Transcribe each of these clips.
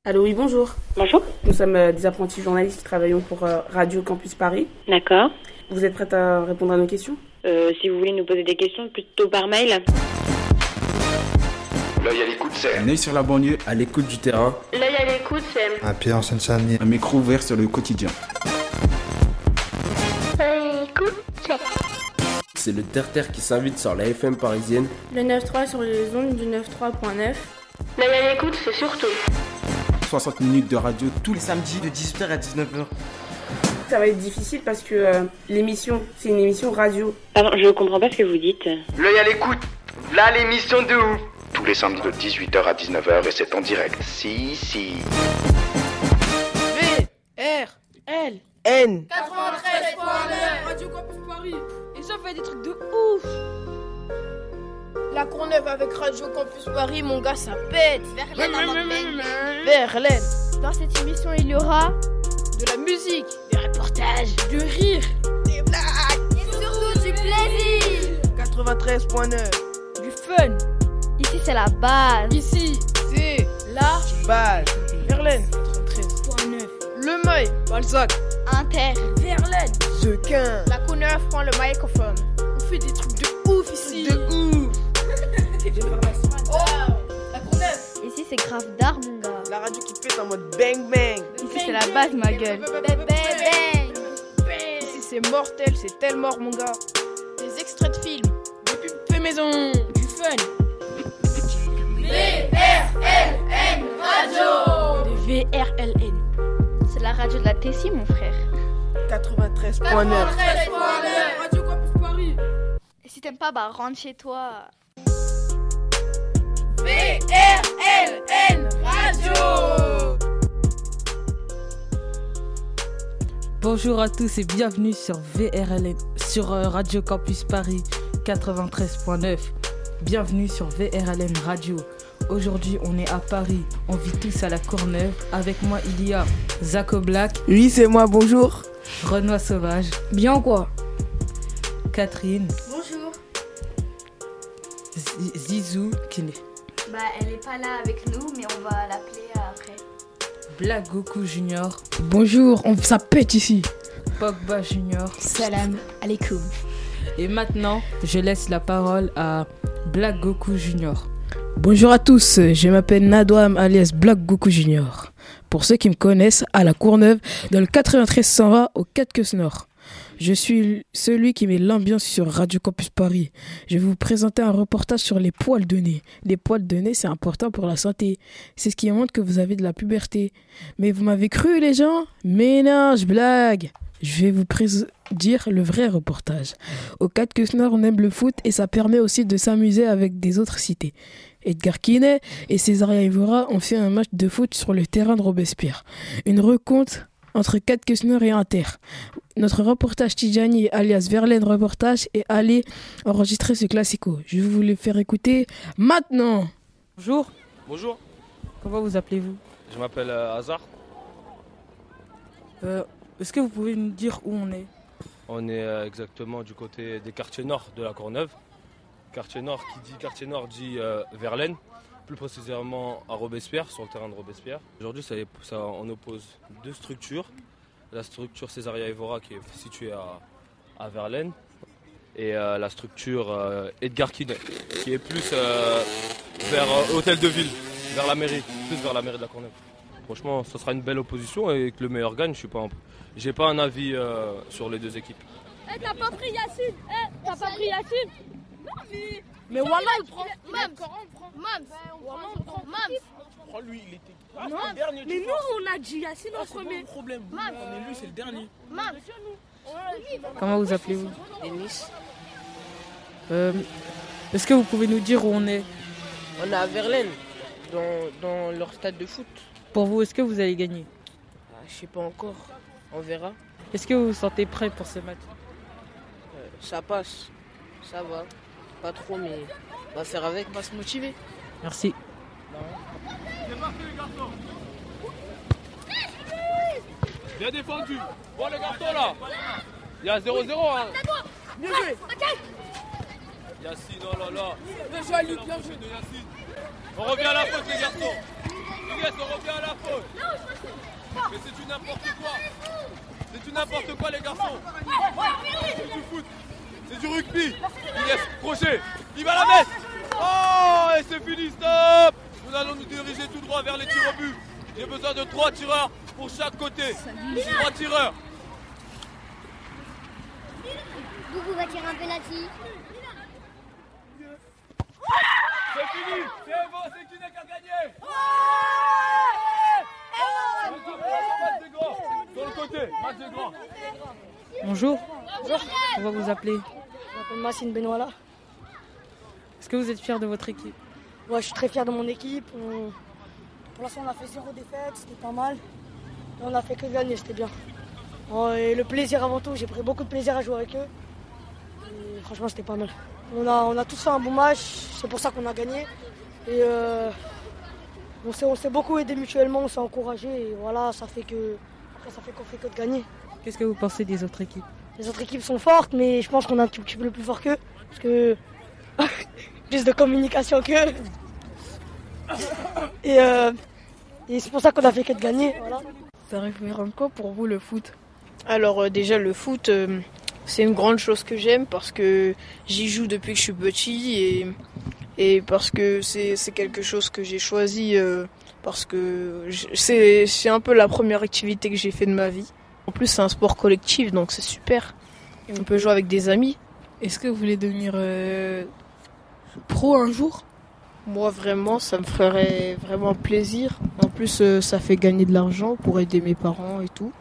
Allô, oui, bonjour. Bonjour. Nous sommes des apprentis journalistes qui travaillons pour Radio Campus Paris. D'accord. Vous êtes prête à répondre à nos questions ? Si vous voulez nous poser des questions, plutôt par mail. L'œil à l'écoute, c'est un œil sur la banlieue, à l'écoute du terrain. L'œil à l'écoute, c'est un pied en Seine-Saint-Denis. Un micro ouvert sur le quotidien. L'œil à l'écoute, c'est le terre-terre qui s'invite sur la FM parisienne. Le 9.3 sur les ondes du 93.9. L'œil à l'écoute, c'est surtout 60 minutes de radio tous les samedis de 18h à 19h. Ça va être difficile parce que l'émission, c'est une émission radio. Pardon, je comprends pas ce que vous dites. L'œil à l'écoute, là l'émission de ouf. Tous les samedis de 18h à 19h et c'est en direct. Si. V-R-L-N 93.9 Radio Campus Paris. Et ça fait des trucs de ouf. La Courneuve avec Radio Campus Paris, mon gars, ça pète. Verlaine. Dans cette émission, il y aura de la musique, des reportages, du rire, des blagues et surtout du plaisir. 93.9 du fun. Ici, c'est la base. Ici, c'est la base. Verlaine 93.9 Le Mail, Balzac, Inter, Verlaine, Sequin. La Courneuve prend le microphone. On fait des trucs de ouf ici. De ouf. La Courneuve. Ici, c'est grave d'art, mon gars. La radio qui pète en mode bang bang. Ici, c'est la base, ma gueule. Bang. Ici, c'est mortel, c'est tel mort, mon gars. Des extraits de films, des pubs fait maison, du fun. VRLN Radio. Des VRLN. C'est la radio de la Tessie, mon frère. 93.9 Radio Campus Paris. Et si t'aimes pas, bah rentre chez toi. VRLN Radio. Bonjour à tous et bienvenue sur VRLN, sur Radio Campus Paris 93.9. Bienvenue sur VRLN Radio. Aujourd'hui, on est à Paris. On vit tous à la Courneuve. Avec moi, il y a Zako Black. Oui, c'est moi, bonjour. Renoir Sauvage. Bien ou quoi? Catherine. Bonjour. Zizou, qui n'est. Bah, elle est pas là avec nous, mais on va l'appeler après. Black Goku Junior. Bonjour, ça pète ici. Pogba Junior. Salam alaikum. Et maintenant, je laisse la parole à Black Goku Junior. Bonjour à tous, je m'appelle Nadouam alias Black Goku Junior. Pour ceux qui me connaissent, à la Courneuve, dans le 93 120 au 4 Queues Nord. Je suis celui qui met l'ambiance sur Radio Campus Paris. Je vais vous présenter un reportage sur les poils de nez. Les poils de nez, c'est important pour la santé. C'est ce qui montre que vous avez de la puberté. Mais vous m'avez cru, les gens ? Mais non, je blague. Je vais vous dire le vrai reportage. Au 4 Queues Nord, on aime le foot et ça permet aussi de s'amuser avec des autres cités. Edgar Quinet et Césaria Evora ont fait un match de foot sur le terrain de Robespierre. Une rencontre entre 4 Queues Nord et Inter. Notre reportage Tidjani alias Verlaine Reportage est allé enregistrer ce classico. Je vais vous le faire écouter maintenant. Bonjour. Bonjour. Comment vous appelez-vous ? Je m'appelle Hazard. Est-ce que vous pouvez nous dire où on est ? On est exactement du côté des quartiers nord de la Courneuve. Quartier nord, qui dit quartier nord dit Verlaine, plus précisément à Robespierre, sur le terrain de Robespierre. Aujourd'hui, on oppose deux structures. La structure Césaria Evora qui est située à Verlaine et la structure Edgar Quinet qui est plus vers Hôtel de Ville, vers la mairie, plus vers la mairie de la Courneuve. Franchement, ce sera une belle opposition et que le meilleur gagne. J'ai pas un avis sur les deux équipes. T'as pas pris Yacine. T'as pas pris Yacine. Mais Wallah, il prend. Mams. Lui, il était non, le dernier. Mais nous, on a dit Yacine en premier. Problème. Mais lui, c'est le dernier. Comment vous appelez-vous ? Denis. Est-ce que vous pouvez nous dire où on est ? On est à Verlaine, dans leur stade de foot. Pour vous, est-ce que vous allez gagner ? Je sais pas encore, on verra. Est-ce que vous vous sentez prêt pour ce match ? Ça passe, ça va. Pas trop, mais on va faire avec. On va se motiver. Merci. C'est parti les garçons. Bien défendu. Bon les garçons là. Il y a 0-0 hein. Bien joué. Yacine, oh là là. Bien joué à lui, bien joué. On revient à la faute les garçons. Yes, on revient à la faute. Mais c'est du n'importe quoi. C'est du n'importe quoi, les garçons. C'est du foot. C'est du rugby. Yes, crochet. Il va la mettre. Oh, et c'est fini, stop. Nous allons nous diriger tout droit vers les tirs au but. J'ai besoin de 3 tireurs pour chaque côté. 3 tireurs. Gougou va tirer un penalty. C'est fini. C'est bon, c'est qui n'a qu'à gagner. Match des grands. Sur le côté, match des grands. Bonjour. Bonjour. On va vous appeler. Je m'appelle Massine Benoît. Est-ce que vous êtes fier de votre équipe? Ouais, je suis très fier de mon équipe. Pour l'instant, on a fait 0 défaite, c'était pas mal. Et on a fait que gagner, c'était bien. Et le plaisir avant tout, j'ai pris beaucoup de plaisir à jouer avec eux. Et franchement, c'était pas mal. On a tous fait un bon match, c'est pour ça qu'on a gagné. Et on s'est beaucoup aidé mutuellement, on s'est encouragé. Et voilà, ça fait qu'on fait que de gagner. Qu'est-ce que vous pensez des autres équipes? Les autres équipes sont fortes, mais je pense qu'on est un petit peu plus fort qu'eux. Parce que plus de communication qu'eux. Et c'est pour ça qu'on a fait que de gagner. Voilà. Ça représente quoi pour vous le foot? Alors déjà le foot, c'est une grande chose que j'aime parce que j'y joue depuis que je suis petit et parce que c'est quelque chose que j'ai choisi parce que c'est un peu la première activité que j'ai fait de ma vie. En plus c'est un sport collectif donc c'est super. On peut jouer avec des amis. Est-ce que vous voulez devenir pro un jour? Moi vraiment ça me ferait vraiment plaisir. En plus ça fait gagner de l'argent pour aider mes parents et tout.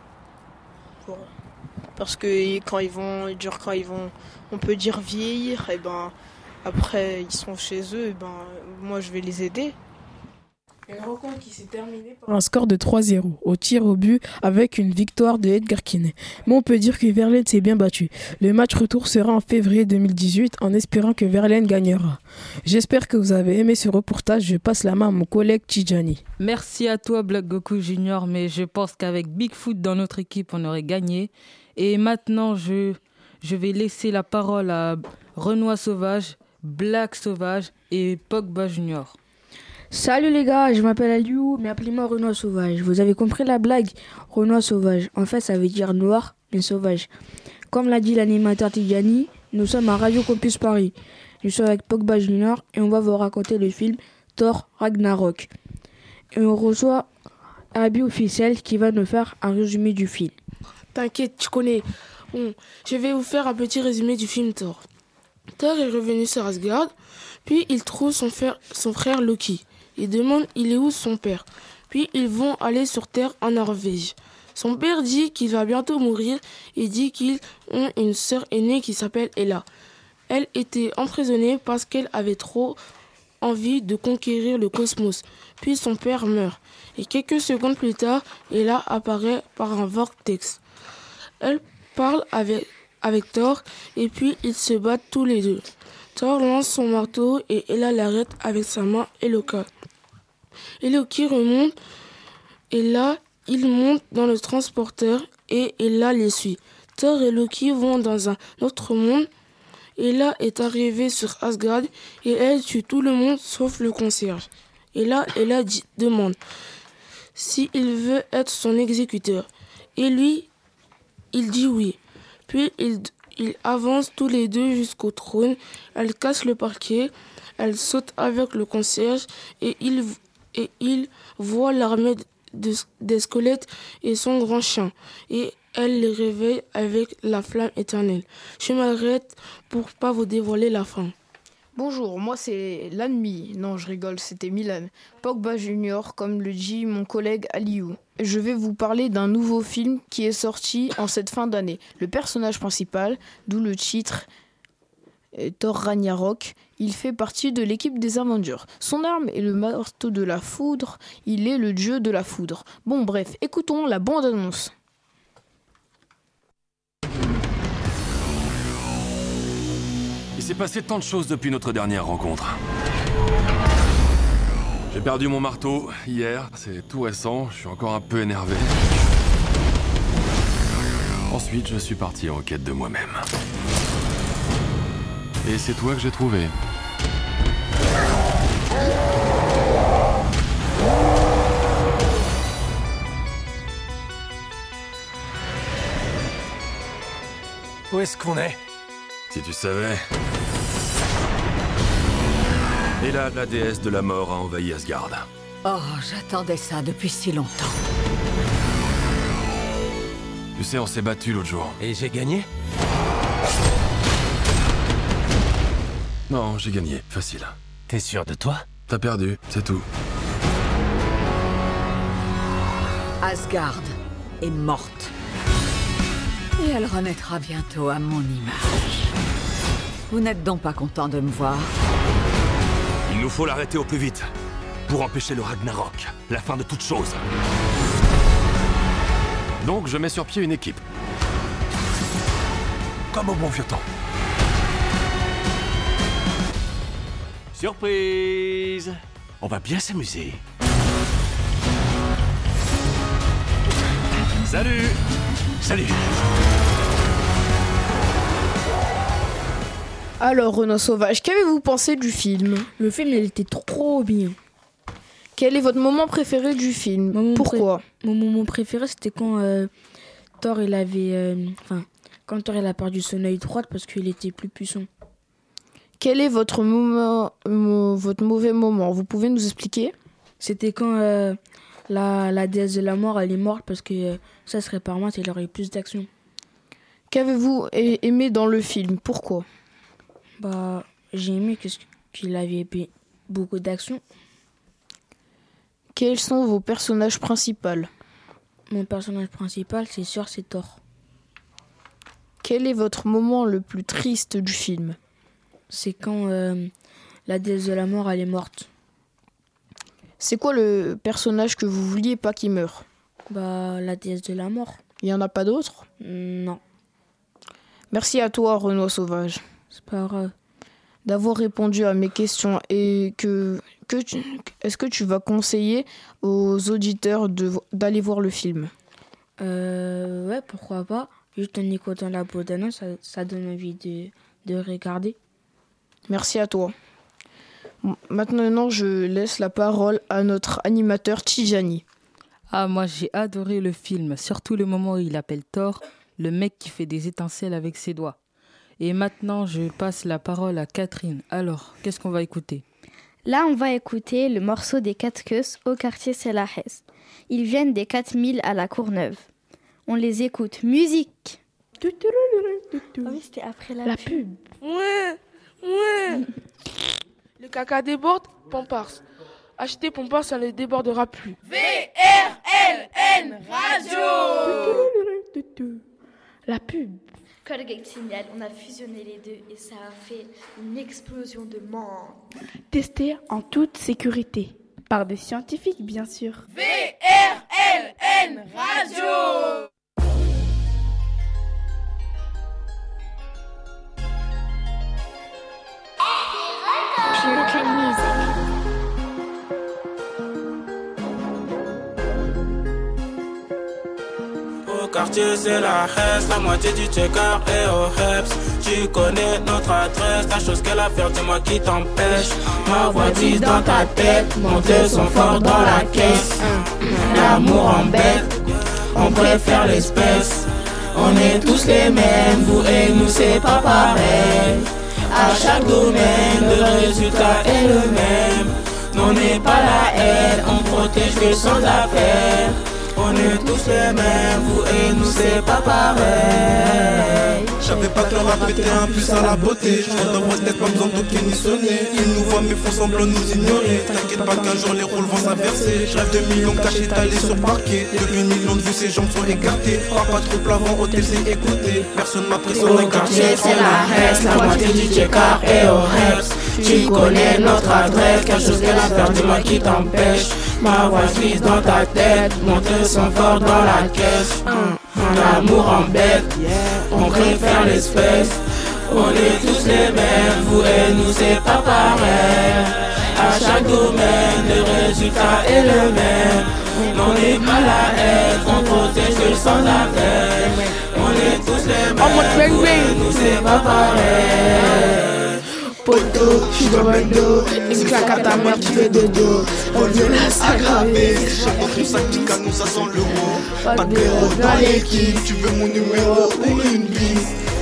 Parce que quand ils vont, on peut dire vieillir, et ben après ils sont chez eux, et ben moi je vais les aider. Une rencontre qui s'est terminée par un score de 3-0 au tir au but avec une victoire de Edgar Quinet. Mais on peut dire que Verlaine s'est bien battu. Le match retour sera en février 2018 en espérant que Verlaine gagnera. J'espère que vous avez aimé ce reportage. Je passe la main à mon collègue Tidjani. Merci à toi Black Goku Junior, mais je pense qu'avec Bigfoot dans notre équipe on aurait gagné. Et maintenant je vais laisser la parole à Renoir Sauvage, Black Sauvage et Pogba Junior. Salut les gars, je m'appelle Aliou, mais appelez-moi Renoir Sauvage. Vous avez compris la blague? Renoir Sauvage, en fait ça veut dire noir, mais sauvage. Comme l'a dit l'animateur Tidjani, nous sommes à Radio Campus Paris. Nous sommes avec Pogba Junior et on va vous raconter le film Thor Ragnarok. Et on reçoit Abi Officiel qui va nous faire un résumé du film. T'inquiète, tu connais. Bon, je vais vous faire un petit résumé du film Thor. Thor est revenu sur Asgard, puis il trouve son frère Loki. Il demande il est où son père. Puis ils vont aller sur Terre en Norvège. Son père dit qu'il va bientôt mourir et dit qu'ils ont une sœur aînée qui s'appelle Ella. Elle était emprisonnée parce qu'elle avait trop envie de conquérir le cosmos. Puis son père meurt. Et quelques secondes plus tard, Ella apparaît par un vortex. Elle parle avec Thor et puis ils se battent tous les deux. Thor lance son marteau et Ella l'arrête avec sa main et Loki remonte et là il monte dans le transporteur et Ella les suit. Thor et Loki vont dans un autre monde. Ella est arrivée sur Asgard et elle tue tout le monde sauf le concierge. Et là Ella demande s'il veut être son exécuteur. Et lui, il dit oui. Puis ils avancent tous les deux jusqu'au trône. Elle casse le parquet. Elle saute avec le concierge et il voit l'armée des squelettes et son grand chien. Et elle les réveille avec la flamme éternelle. Je m'arrête pour pas vous dévoiler la fin. Bonjour, moi c'est l'ennemi. Non, je rigole, c'était Milan. Pogba Junior, comme le dit mon collègue Aliou. Je vais vous parler d'un nouveau film qui est sorti en cette fin d'année. Le personnage principal, d'où le titre Thor Ragnarok, il fait partie de l'équipe des Avengers. Son arme est le marteau de la foudre, il est le dieu de la foudre. Bon bref, écoutons la bande-annonce. Il s'est passé tant de choses depuis notre dernière rencontre. J'ai perdu mon marteau hier, c'est tout récent, je suis encore un peu énervé. Ensuite, je suis parti en quête de moi-même. Et c'est toi que j'ai trouvé. Où est-ce qu'on est? Si tu savais. Et là, la déesse de la mort a envahi Asgard. Oh, j'attendais ça depuis si longtemps. Tu sais, on s'est battu l'autre jour. Et j'ai gagné? Non, j'ai gagné. Facile. T'es sûr de toi? T'as perdu, c'est tout. Asgard est morte. Et elle renaîtra bientôt à mon image. Vous n'êtes donc pas content de me voir? Il nous faut l'arrêter au plus vite. Pour empêcher le Ragnarok, la fin de toute chose. Donc je mets sur pied une équipe. Comme au bon vieux temps. Surprise! On va bien s'amuser. Salut! Salut! Alors, Renaud Sauvage, qu'avez-vous pensé du film? Le film, il était trop bien. Quel est votre moment préféré du film? Pourquoi? Mon moment préféré, c'était quand Thor, il avait... quand Thor, il a perdu son œil droit parce qu'il était plus puissant. Quel est votre mauvais moment? Vous pouvez nous expliquer? C'était quand la déesse de la mort, elle est morte parce que ça serait par moi, il aurait eu plus d'action. Qu'avez-vous aimé dans le film? Pourquoi? J'ai aimé qu'il avait beaucoup d'action. Quels sont vos personnages principaux? Mon personnage principal, c'est sûr, c'est Thor. Quel est votre moment le plus triste du film? C'est quand la déesse de la mort, elle est morte. C'est quoi le personnage que vous vouliez pas qu'il meure? La déesse de la mort. Il y en a pas d'autres? Non. Merci à toi, Renaud Sauvage. C'est pas grave. D'avoir répondu à mes questions et est-ce que tu vas conseiller aux auditeurs d'aller voir le film? Ouais, pourquoi pas. Juste en écoutant la bande-annonce, ça donne envie de regarder. Merci à toi. Maintenant, je laisse la parole à notre animateur Tijani. Ah, moi j'ai adoré le film, surtout le moment où il appelle Thor, le mec qui fait des étincelles avec ses doigts. Et maintenant, je passe la parole à Catherine. Alors, qu'est-ce qu'on va écouter? Là, on va écouter le morceau des 4 queues au quartier Selahès. Ils viennent des 4000 à la Courneuve. On les écoute. Musique. Ah oui, c'était après la pub. Ouais. Le caca déborde, Pampars. Achetez Pampars, ça ne débordera plus. VRLN Radio. La pub. Colgate Signal, on a fusionné les deux et ça a fait une explosion de menthe. Testé en toute sécurité. Par des scientifiques, bien sûr. VRLN Radio. Pure music. Au quartier c'est la Hesse, la moitié du checker et au Heps. Tu connais notre adresse, la chose qu'elle a fait, dis-moi qui t'empêche. Ma voix dit dans ta tête, monter son fort dans la caisse. L'amour embête, on préfère l'espèce. On est tous les mêmes, vous et nous c'est pas pareil. À chaque domaine, le résultat est le même. On n'est pas la haine, on protège que sans affaire. On est tous les mêmes, vous et nous c'est pas pareil. J'avais pas que leur apprêter un plus à la beauté. Je rentre dans votre tête, pas besoin de toquer ni sonner. Ils nous voient mais font semblant de nous ignorer. T'inquiète pas qu'un jour les rôles vont s'inverser. Je rêve de millions cachés étalés sur parquet. Depuis 1 million de vues, ses jambes sont écartées. Pas trop plavant, hôtel c'est écouté. Personne m'impressionne. Au quartier c'est la Hesse, la moitié du checker et au Heps. Tu connais notre adresse, quelque chose qu'elle a fait, dis-moi qui t'empêche. Ma voix glisse dans ta tête, monter son fort dans la caisse. L'amour embête, on préfère l'espèce. On est tous les mêmes, vous et nous c'est pas pareil. À chaque domaine, le résultat est le même. On n'est pas la haine, on protège que sans affaire. On est tous les mêmes, vous et nous c'est pas pareil. Poto, je suis dans le dos, une claque à ta mère, tu fais dodo. Violence aggravée, j'ai montré ça qui canne, ça sent l'euro. Pas de bureau dans l'équipe, tu veux mon numéro ou une bise.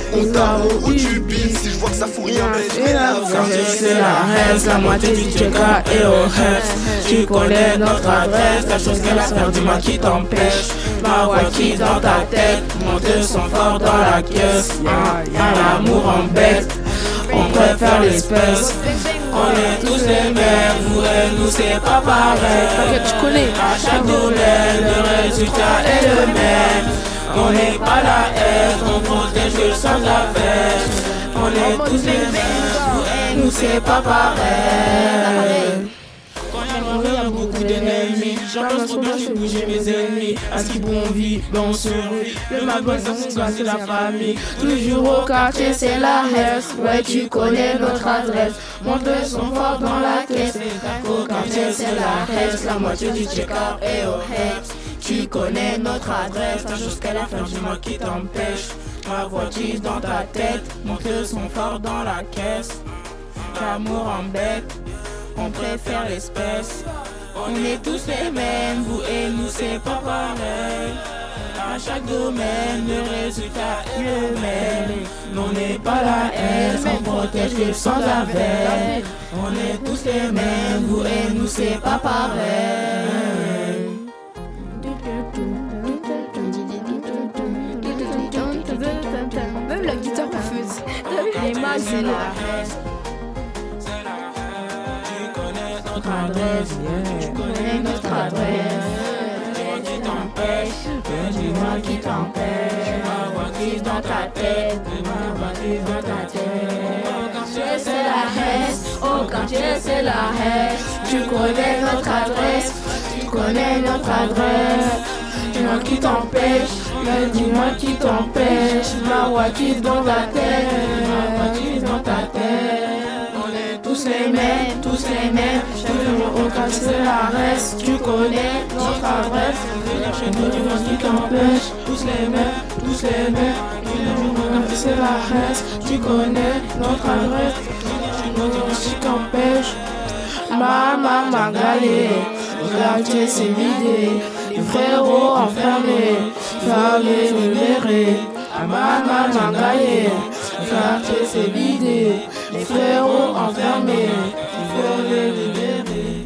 on tarot ou tu billes. Si je vois que ça fout rien, ben je m'énerve. Quartier c'est la Hesse, la moitié du Tcheka et au Hesse. Tu connais notre adresse, la chose qu'elle a faire, dis-moi qui t'empêche. Ma voix qui dans ta tête, monter son fort dans la caisse. Y'a l'amour en bête, on préfère l'espèce. On est tous les mêmes, vous et nous c'est pas pareil. Tu connais. À chaque domaine, le résultat est le même. On n'est pas la haine, on protège le sang de la veste. On est tous les mêmes, vous et nous c'est pas pareil. Quand il y a beaucoup d'ennemis, j'entends trop bien, je bouger mes ennemis. À ce qui bon vit, ben on survit. Le mal bon c'est la famille. Toujours au quartier, c'est la Hesse. Ouais, tu connais notre adresse. Monter son fort dans la caisse. Au quartier, c'est la Hesse. La moitié du Tcheka et au Hesse. Tu connais notre adresse. La chose qu'elle a fait, dis-moi qui t'empêche. Ma voiture dans ta tête. Monter son fort dans la caisse. L'amour en bête. On préfère l'espèce. On est tous les mêmes, vous et nous c'est pas pareil. À chaque domaine, le résultat est le même. On n'est pas la haine, on protège les sans avec. On est tous les mêmes, vous et nous c'est pas pareil. Même la guitare faisait. Les mains c'est la haine. Notre adresse, tu connais notre adresse. Dis-moi qui t'empêche, dis-moi qui t'empêche. Ma voix qui dans ta tête, ma voix qui dans ta tête. Au quartier c'est la Hesse, au quartier c'est la Hesse. Tu connais notre adresse, tu connais notre adresse. Dis-moi qui t'empêche, dis-moi qui t'empêche. Ma voix qui dans ta tête, ma voix qui dans ta tête. Tous les mêmes, toujours au quartier c'est la Hesse. Tu connais notre adresse, viens chez nous, dis-moi qui t'empêche. Tous les mêmes, toujours au quartier c'est la Hesse. Tu connais notre adresse, viens chez nous, dis-moi qui t'empêche. Maman galé, le quartier c'est vidé. Les frérots enfermés, fallait libérer. Maman galé, le quartier c'est vidé. Les frérots enfermés, il faut les libérer.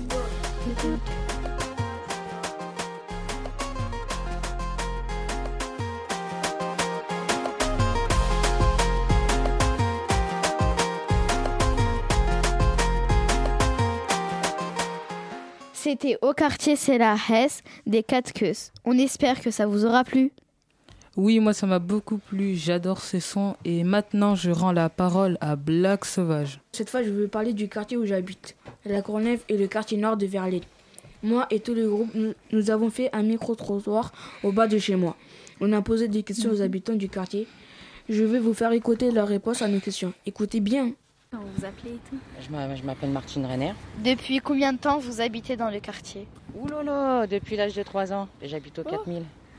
C'était Au quartier, c'est la Hesse des 4 queues. On espère que ça vous aura plu. Oui, moi ça m'a beaucoup plu, j'adore ces sons et maintenant je rends la parole à Black Sauvage. Cette fois je veux parler du quartier où j'habite, la Courneuve et le quartier nord de Verlaine. Moi et tout le groupe, nous avons fait un micro-trottoir au bas de chez moi. On a posé des questions aux habitants du quartier. Je vais vous faire écouter leurs réponses à nos questions. Écoutez bien. Comment vous appelez et tout? Je m'appelle Martine Renner. Depuis combien de temps vous habitez dans le quartier? Ouh là là, depuis l'âge de 3 ans. J'habite au 4000.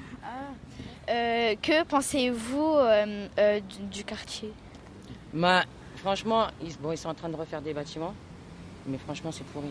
Que pensez-vous du quartier? Franchement, ils sont en train de refaire des bâtiments, mais franchement, c'est pourri.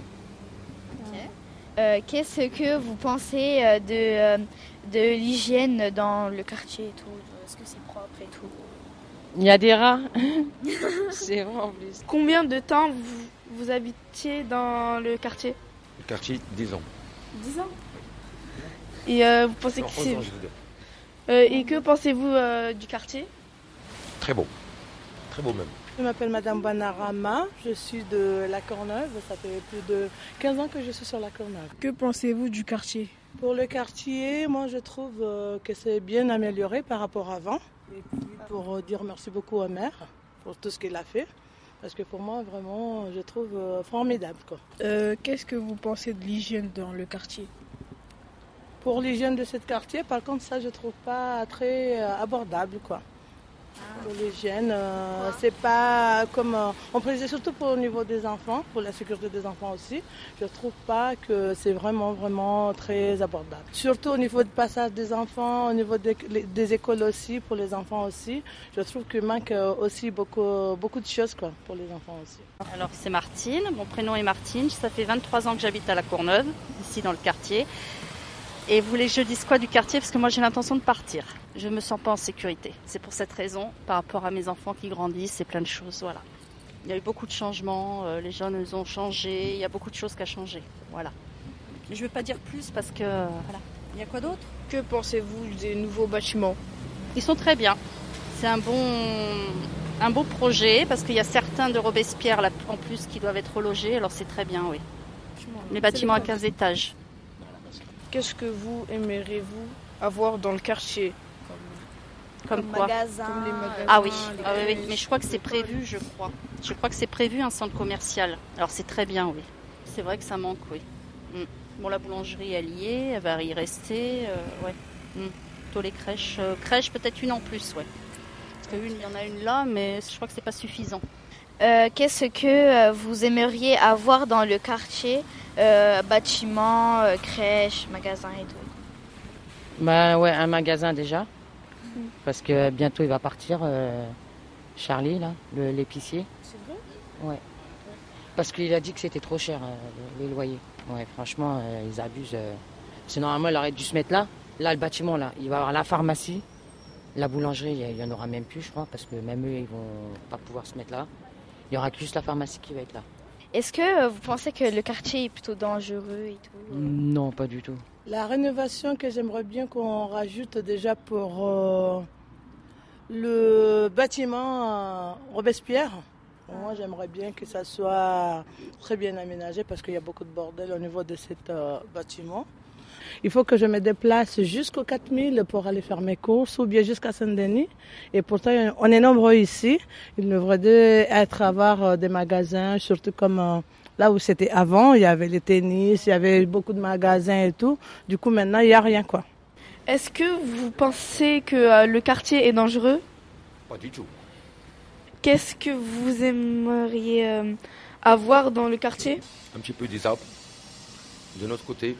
Okay. Qu'est-ce que vous pensez de l'hygiène dans le quartier et tout? Est-ce que c'est propre et tout? Il y a des rats. C'est vrai en plus. Combien de temps vous habitiez dans le quartier? Le quartier, 10 ans. 10 ans. Et vous pensez que c'est... et que pensez-vous du quartier? Très beau. Très beau même. Je m'appelle Madame Banarama, je suis de la Courneuve. Ça fait plus de 15 ans que je suis sur la Courneuve. Que pensez-vous du quartier? Pour le quartier, moi je trouve que c'est bien amélioré par rapport à avant. Et puis pour dire merci beaucoup au maire pour tout ce qu'il a fait. Parce que pour moi, vraiment, je trouve formidable, quoi. Qu'est-ce que vous pensez de l'hygiène dans le quartier? Pour l'hygiène de ce quartier, par contre, ça, je trouve pas très abordable, quoi. Pour l'hygiène, c'est pas comme... on précisait surtout pour au niveau des enfants, pour la sécurité des enfants aussi. Je trouve pas que c'est vraiment très abordable. Surtout au niveau du passage des enfants, au niveau des écoles aussi, pour les enfants aussi. Je trouve qu'il manque aussi beaucoup de choses, quoi, pour les enfants aussi. Alors c'est Martine, mon prénom est Martine, ça fait 23 ans que j'habite à la Courneuve, ici dans le quartier. Et vous voulez que je dise quoi du quartier? Parce que moi j'ai l'intention de partir. Je me sens pas en sécurité. C'est pour cette raison, par rapport à mes enfants qui grandissent et plein de choses, voilà. Il y a eu beaucoup de changements, les jeunes ont changé, il y a beaucoup de choses qui ont changé, voilà. Mais je ne veux pas dire plus parce que, voilà. Il y a quoi d'autre? Que pensez-vous des nouveaux bâtiments? Ils sont très bien. C'est un beau projet parce qu'il y a certains de Robespierre là, en plus qui doivent être logés, alors c'est très bien, oui. Les bâtiments à 15 étages. Qu'est-ce que vous aimeriez-vous avoir dans le quartier? Comme quoi? Magasin, Comme les magasins. Ah oui, oui, mais je crois que c'est prévu, je crois. Je crois que c'est prévu un centre commercial. Alors c'est très bien, oui. C'est vrai que ça manque, oui. Bon, la boulangerie, elle y est, elle va y rester, ouais. Plutôt les crèches. Crèches, peut-être une en plus, ouais. Parce qu'il y en a une là, mais je crois que c'est pas suffisant. Qu'est-ce que vous aimeriez avoir dans le quartier? Bâtiments, crèches, magasins et tout. Bah ouais, un magasin déjà. Parce que bientôt il va partir, Charlie, là, l'épicier. C'est vrai? Ouais. Parce qu'il a dit que c'était trop cher, les loyers. Ouais, franchement, ils abusent. C'est normalement, il aurait dû se mettre là. Là, le bâtiment, là, il va y avoir la pharmacie, la boulangerie, il n'y en aura même plus, je crois, parce que même eux, ils vont pas pouvoir se mettre là. Il y aura que juste la pharmacie qui va être là. Est-ce que vous pensez que le quartier est plutôt dangereux et tout? Non, pas du tout. La rénovation que j'aimerais bien qu'on rajoute déjà pour le bâtiment Robespierre. Moi, j'aimerais bien que ça soit très bien aménagé parce qu'il y a beaucoup de bordel au niveau de cet bâtiment. Il faut que je me déplace jusqu'au 4000 pour aller faire mes courses ou bien jusqu'à Saint-Denis. Et pourtant, on est nombreux ici. Il devrait avoir des magasins, surtout comme là où c'était avant. Il y avait les tennis, il y avait beaucoup de magasins et tout. Du coup, maintenant, il n'y a rien, quoi. Est-ce que vous pensez que le quartier est dangereux? Pas du tout. Qu'est-ce que vous aimeriez avoir dans le quartier? Un petit peu des arbres. De notre côté,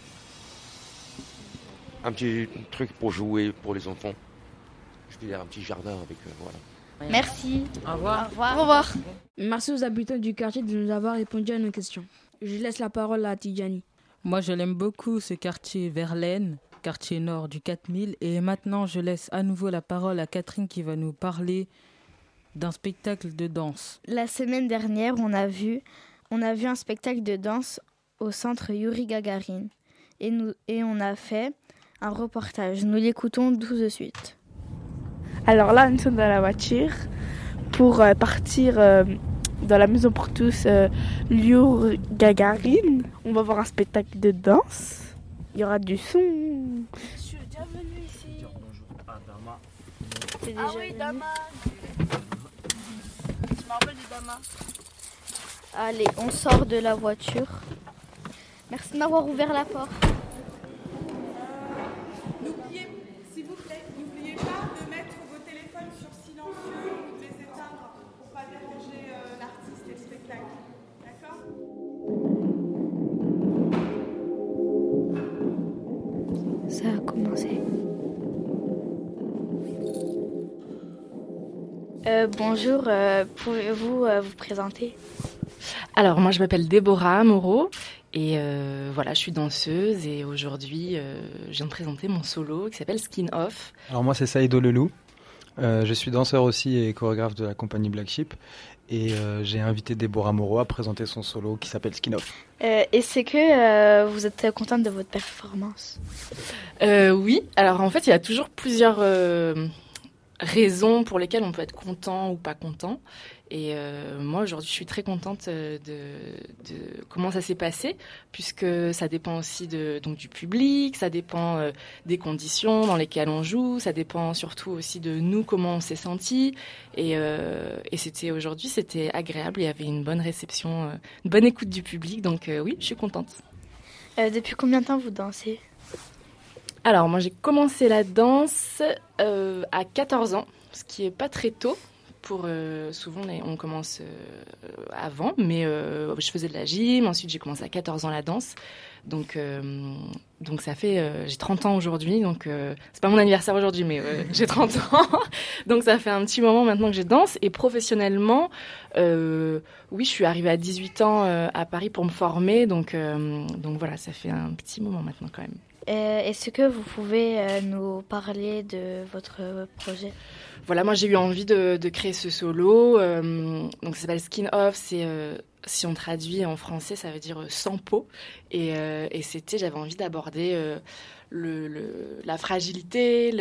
un petit truc pour jouer pour les enfants. Je veux dire un petit jardin avec voilà. Merci. Au revoir. Au revoir. Au revoir. Merci aux habitants du quartier de nous avoir répondu à nos questions. Je laisse la parole à Tidjani. Moi, je l'aime beaucoup, ce quartier Verlaine, quartier nord du 4000. Et maintenant, je laisse à nouveau la parole à Catherine qui va nous parler d'un spectacle de danse. La semaine dernière, on a vu un spectacle de danse au centre Yuri Gagarin. Et on a fait un reportage. Nous l'écoutons tout de suite. Alors là, nous sommes dans la voiture pour partir dans la maison pour tous Yuri Gagarin. On va voir un spectacle de danse. Il y aura du son. Monsieur, bienvenue ici. C'est déjà oui, Dama. Je me rappelle du Dama. Allez, on sort de la voiture. Merci de m'avoir ouvert la porte. S'il vous plaît, n'oubliez pas de mettre vos téléphones sur silencieux ou de les éteindre pour ne pas déranger l'artiste et le spectacle. D'accord? Ça a commencé. Bonjour, pouvez-vous vous présenter? Alors, moi, je m'appelle Déborah Moreau et voilà, je suis danseuse et aujourd'hui, je viens de présenter mon solo qui s'appelle Skin Off. Alors moi, c'est Saïdo Lelou. Je suis danseur aussi et chorégraphe de la compagnie Black Sheep et j'ai invité Déborah Moreau à présenter son solo qui s'appelle Skin Off. Est-ce que vous êtes contente de votre performance? Oui, alors en fait, il y a toujours plusieurs raisons pour lesquelles on peut être content ou pas content. Et moi, aujourd'hui, je suis très contente de comment ça s'est passé, puisque ça dépend aussi donc du public, ça dépend des conditions dans lesquelles on joue, ça dépend surtout aussi de nous, comment on s'est senti. Et aujourd'hui, c'était agréable, il y avait une bonne réception, une bonne écoute du public, donc oui, je suis contente. Depuis combien de temps vous dansez? Alors, moi, j'ai commencé la danse à 14 ans, ce qui n'est pas très tôt. Souvent, on commence avant, mais je faisais de la gym. Ensuite, j'ai commencé à 14 ans la danse. Donc ça fait... j'ai 30 ans aujourd'hui, donc c'est pas mon anniversaire aujourd'hui, mais j'ai 30 ans. Donc ça fait un petit moment maintenant que je danse. Et professionnellement, oui, je suis arrivée à 18 ans à Paris pour me former. Donc voilà, ça fait un petit moment maintenant quand même. Est-ce que vous pouvez nous parler de votre projet ? Voilà, moi j'ai eu envie de créer ce solo. Donc ça s'appelle Skin Off. C'est si on traduit en français, ça veut dire sans peau. Et j'avais envie d'aborder la fragilité,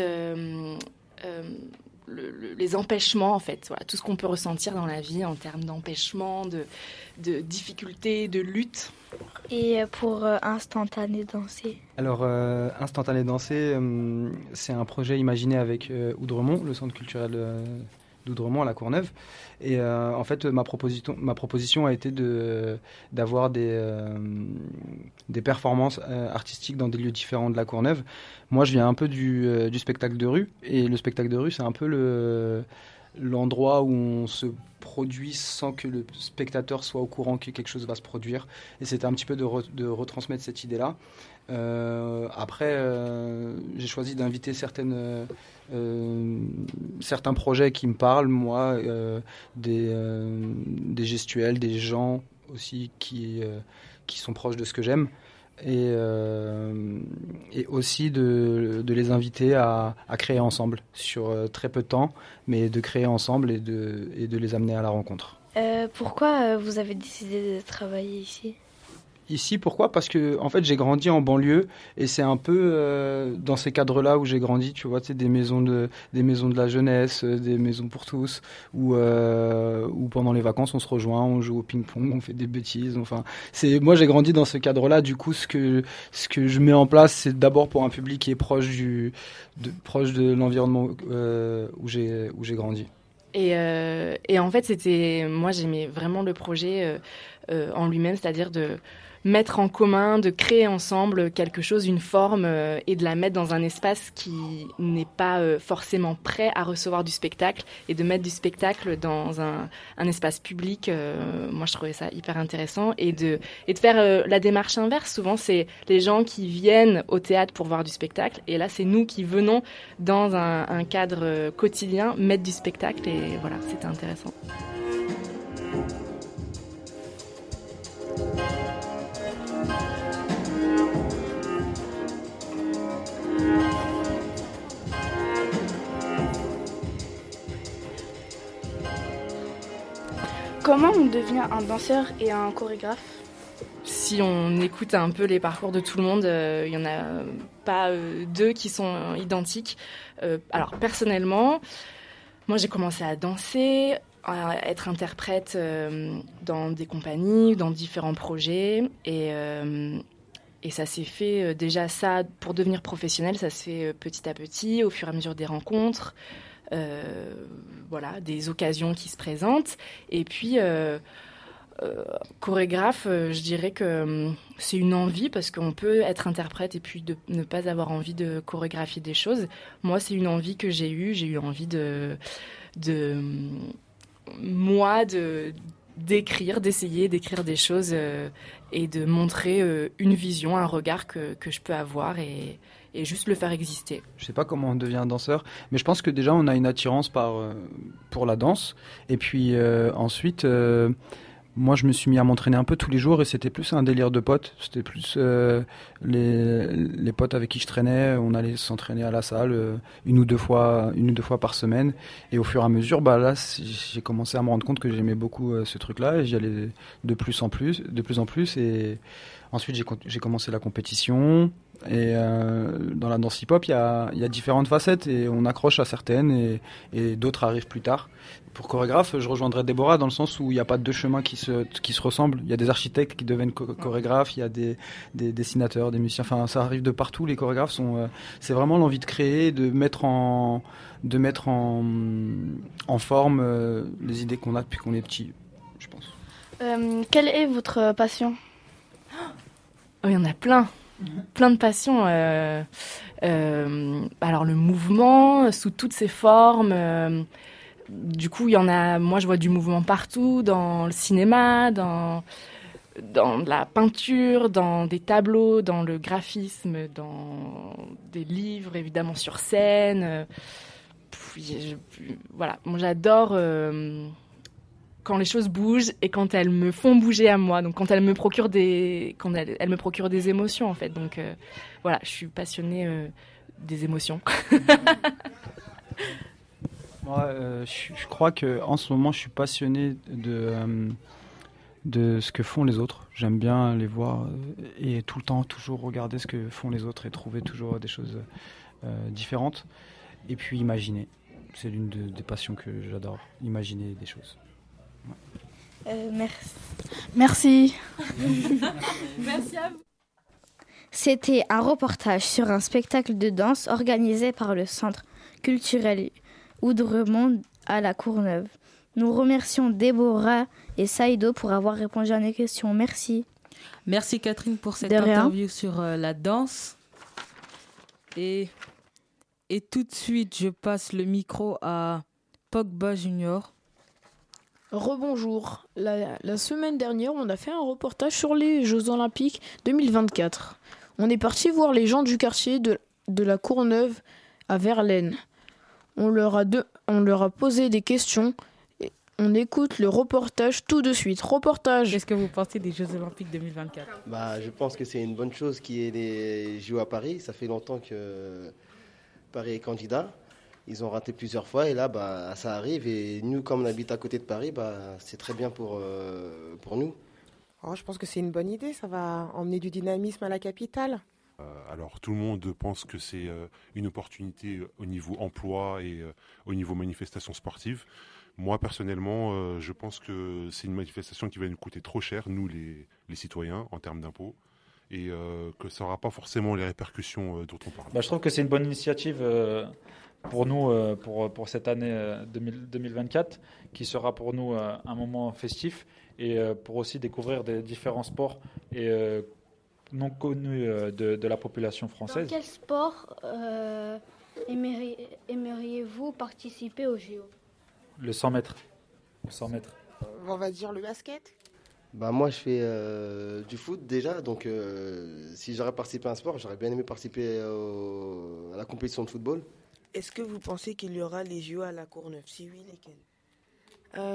les empêchements en fait, voilà, tout ce qu'on peut ressentir dans la vie en termes d'empêchements, de difficultés, de lutte. Et pour Instantané Danser ? Alors, Instantané Danser, c'est un projet imaginé avec Oudremont, le centre culturel d'Oudremont à la Courneuve. Et en fait, ma proposition a été d'avoir des performances artistiques dans des lieux différents de la Courneuve. Moi, je viens un peu du spectacle de rue. Et le spectacle de rue, c'est un peu l'endroit où on se produit sans que le spectateur soit au courant que quelque chose va se produire. Et c'était un petit peu de retransmettre cette idée-là. Après, j'ai choisi d'inviter certains projets qui me parlent, moi, des gestuels, des gens aussi qui sont proches de ce que j'aime. Et aussi de les inviter à créer ensemble sur très peu de temps, mais de créer ensemble et de les amener à la rencontre. Pourquoi vous avez décidé de travailler ici ? Ici, pourquoi ? Parce que en fait, j'ai grandi en banlieue et c'est un peu dans ces cadres-là où j'ai grandi, tu vois, tu sais, des maisons de la jeunesse, des maisons pour tous, où pendant les vacances on se rejoint, on joue au ping-pong, on fait des bêtises. Enfin, moi j'ai grandi dans ce cadre-là. Du coup, ce que je mets en place, c'est d'abord pour un public qui est proche de l'environnement où j'ai grandi. Et en fait, moi j'aimais vraiment le projet en lui-même, c'est-à-dire de mettre en commun, de créer ensemble quelque chose, une forme, et de la mettre dans un espace qui n'est pas forcément prêt à recevoir du spectacle, et de mettre du spectacle dans un espace public. Moi, je trouvais ça hyper intéressant, et de faire la démarche inverse. Souvent, c'est les gens qui viennent au théâtre pour voir du spectacle, et là, c'est nous qui venons dans un cadre quotidien mettre du spectacle, et voilà, c'était intéressant. Comment on devient un danseur et un chorégraphe ? Si on écoute un peu les parcours de tout le monde, il n'y en a pas deux qui sont identiques. Alors personnellement, moi j'ai commencé à danser, à être interprète dans des compagnies, dans différents projets. Et ça s'est fait déjà ça, pour devenir professionnel, ça se fait petit à petit, au fur et à mesure des rencontres. Voilà, des occasions qui se présentent. Et puis, chorégraphe, je dirais que c'est une envie, parce qu'on peut être interprète et puis ne pas avoir envie de chorégraphier des choses. Moi, c'est une envie que j'ai eue. J'ai eu envie d'essayer d'écrire des choses et de montrer une vision, un regard que je peux avoir et juste le faire exister. Je sais pas comment on devient danseur, mais je pense que déjà on a une attirance pour la danse. Et puis ensuite, moi je me suis mis à m'entraîner un peu tous les jours, et c'était plus un délire de potes. C'était plus les potes avec qui je traînais, on allait s'entraîner à la salle une ou deux fois par semaine. Et au fur et à mesure, là j'ai commencé à me rendre compte que j'aimais beaucoup ce truc-là, et j'y allais de plus en plus. Et ensuite j'ai commencé la compétition. Et dans la danse hip-hop, il y a différentes facettes, et on accroche à certaines et d'autres arrivent plus tard. Pour chorégraphe, je rejoindrais Déborah dans le sens où il n'y a pas deux chemins qui se ressemblent. Il y a des architectes qui deviennent chorégraphes, il y a des dessinateurs, des musiciens. Enfin, ça arrive de partout. Les chorégraphes c'est vraiment l'envie de créer, de mettre en forme les idées qu'on a depuis qu'on est petit, je pense. Quelle est votre passion ? Oh, il y en a plein. Plein de passions. Alors le mouvement sous toutes ses formes. Du coup, il y en a. Moi, je vois du mouvement partout, dans le cinéma, dans la peinture, dans des tableaux, dans le graphisme, dans des livres, évidemment sur scène. Voilà. Moi, j'adore quand les choses bougent et quand elles me font bouger à moi. Donc quand elles me procurent elles me procurent des émotions en fait. Donc voilà, je suis passionnée des émotions. Moi, je crois qu'en ce moment, je suis passionné de ce que font les autres. J'aime bien les voir et tout le temps, toujours regarder ce que font les autres et trouver toujours des choses différentes. Et puis imaginer. C'est l'une des passions que j'adore, imaginer des choses. Ouais. Merci. Merci à vous. C'était un reportage sur un spectacle de danse organisé par le Centre culturel Oudremont à La Courneuve. Nous remercions Déborah et Saïdo pour avoir répondu à nos questions. Merci. Merci Catherine pour cette interview sur la danse. Et tout de suite, je passe le micro à Pogba Junior. Rebonjour. La semaine dernière, on a fait un reportage sur les Jeux Olympiques 2024. On est parti voir les gens du quartier de la Courneuve à Verlaine. On leur a posé des questions. Et on écoute le reportage tout de suite. Reportage. Qu'est-ce que vous pensez des Jeux Olympiques 2024 ? Je pense que c'est une bonne chose qu'il y ait les JO à Paris. Ça fait longtemps que Paris est candidat. Ils ont raté plusieurs fois et là, ça arrive. Et nous, comme on habite à côté de Paris, c'est très bien pour nous. Je pense que c'est une bonne idée. Ça va emmener du dynamisme à la capitale. Alors, tout le monde pense que c'est une opportunité au niveau emploi et au niveau manifestation sportive. Moi, personnellement, je pense que c'est une manifestation qui va nous coûter trop cher, nous, les citoyens, en termes d'impôts. Et que ça n'aura pas forcément les répercussions dont on parle. Je trouve que c'est une bonne initiative pour nous, pour cette année 2024, qui sera pour nous un moment festif et pour aussi découvrir des différents sports et non connus de la population française. Dans quel sport aimeriez-vous participer au JO ? Le 100 mètres. Le 100 mètres. On va dire le basket. Moi, je fais du foot déjà, donc si j'aurais participé à un sport, j'aurais bien aimé participer à la compétition de football. Est-ce que vous pensez qu'il y aura les JO à La Courneuve ? Si oui, lesquels ?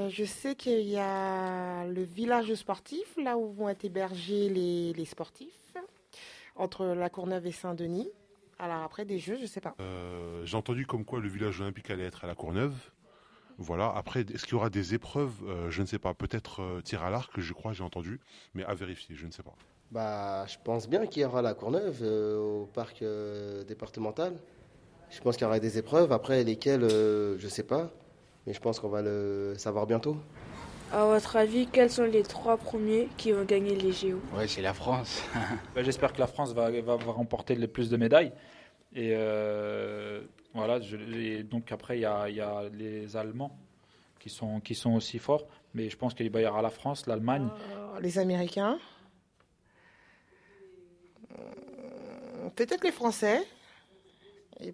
Je sais qu'il y a le village sportif, là où vont être hébergés les sportifs, entre La Courneuve et Saint-Denis. Alors après, des jeux, je ne sais pas. J'ai entendu comme quoi le village olympique allait être à La Courneuve. Voilà, après, est-ce qu'il y aura des épreuves ? Je ne sais pas, peut-être tir à l'arc, je crois, j'ai entendu, mais à vérifier, je ne sais pas. Je pense bien qu'il y aura La Courneuve au parc départemental. Je pense qu'il y aura des épreuves, après lesquelles, je ne sais pas, mais je pense qu'on va le savoir bientôt. À votre avis, quels sont les 3 premiers qui vont gagner les JO ? Ouais, c'est la France. J'espère que la France va remporter le plus de médailles. Et voilà, donc après, il y a les Allemands qui sont aussi forts. Mais je pense qu'il va y avoir la France, l'Allemagne. Les Américains. Peut-être les Français. Et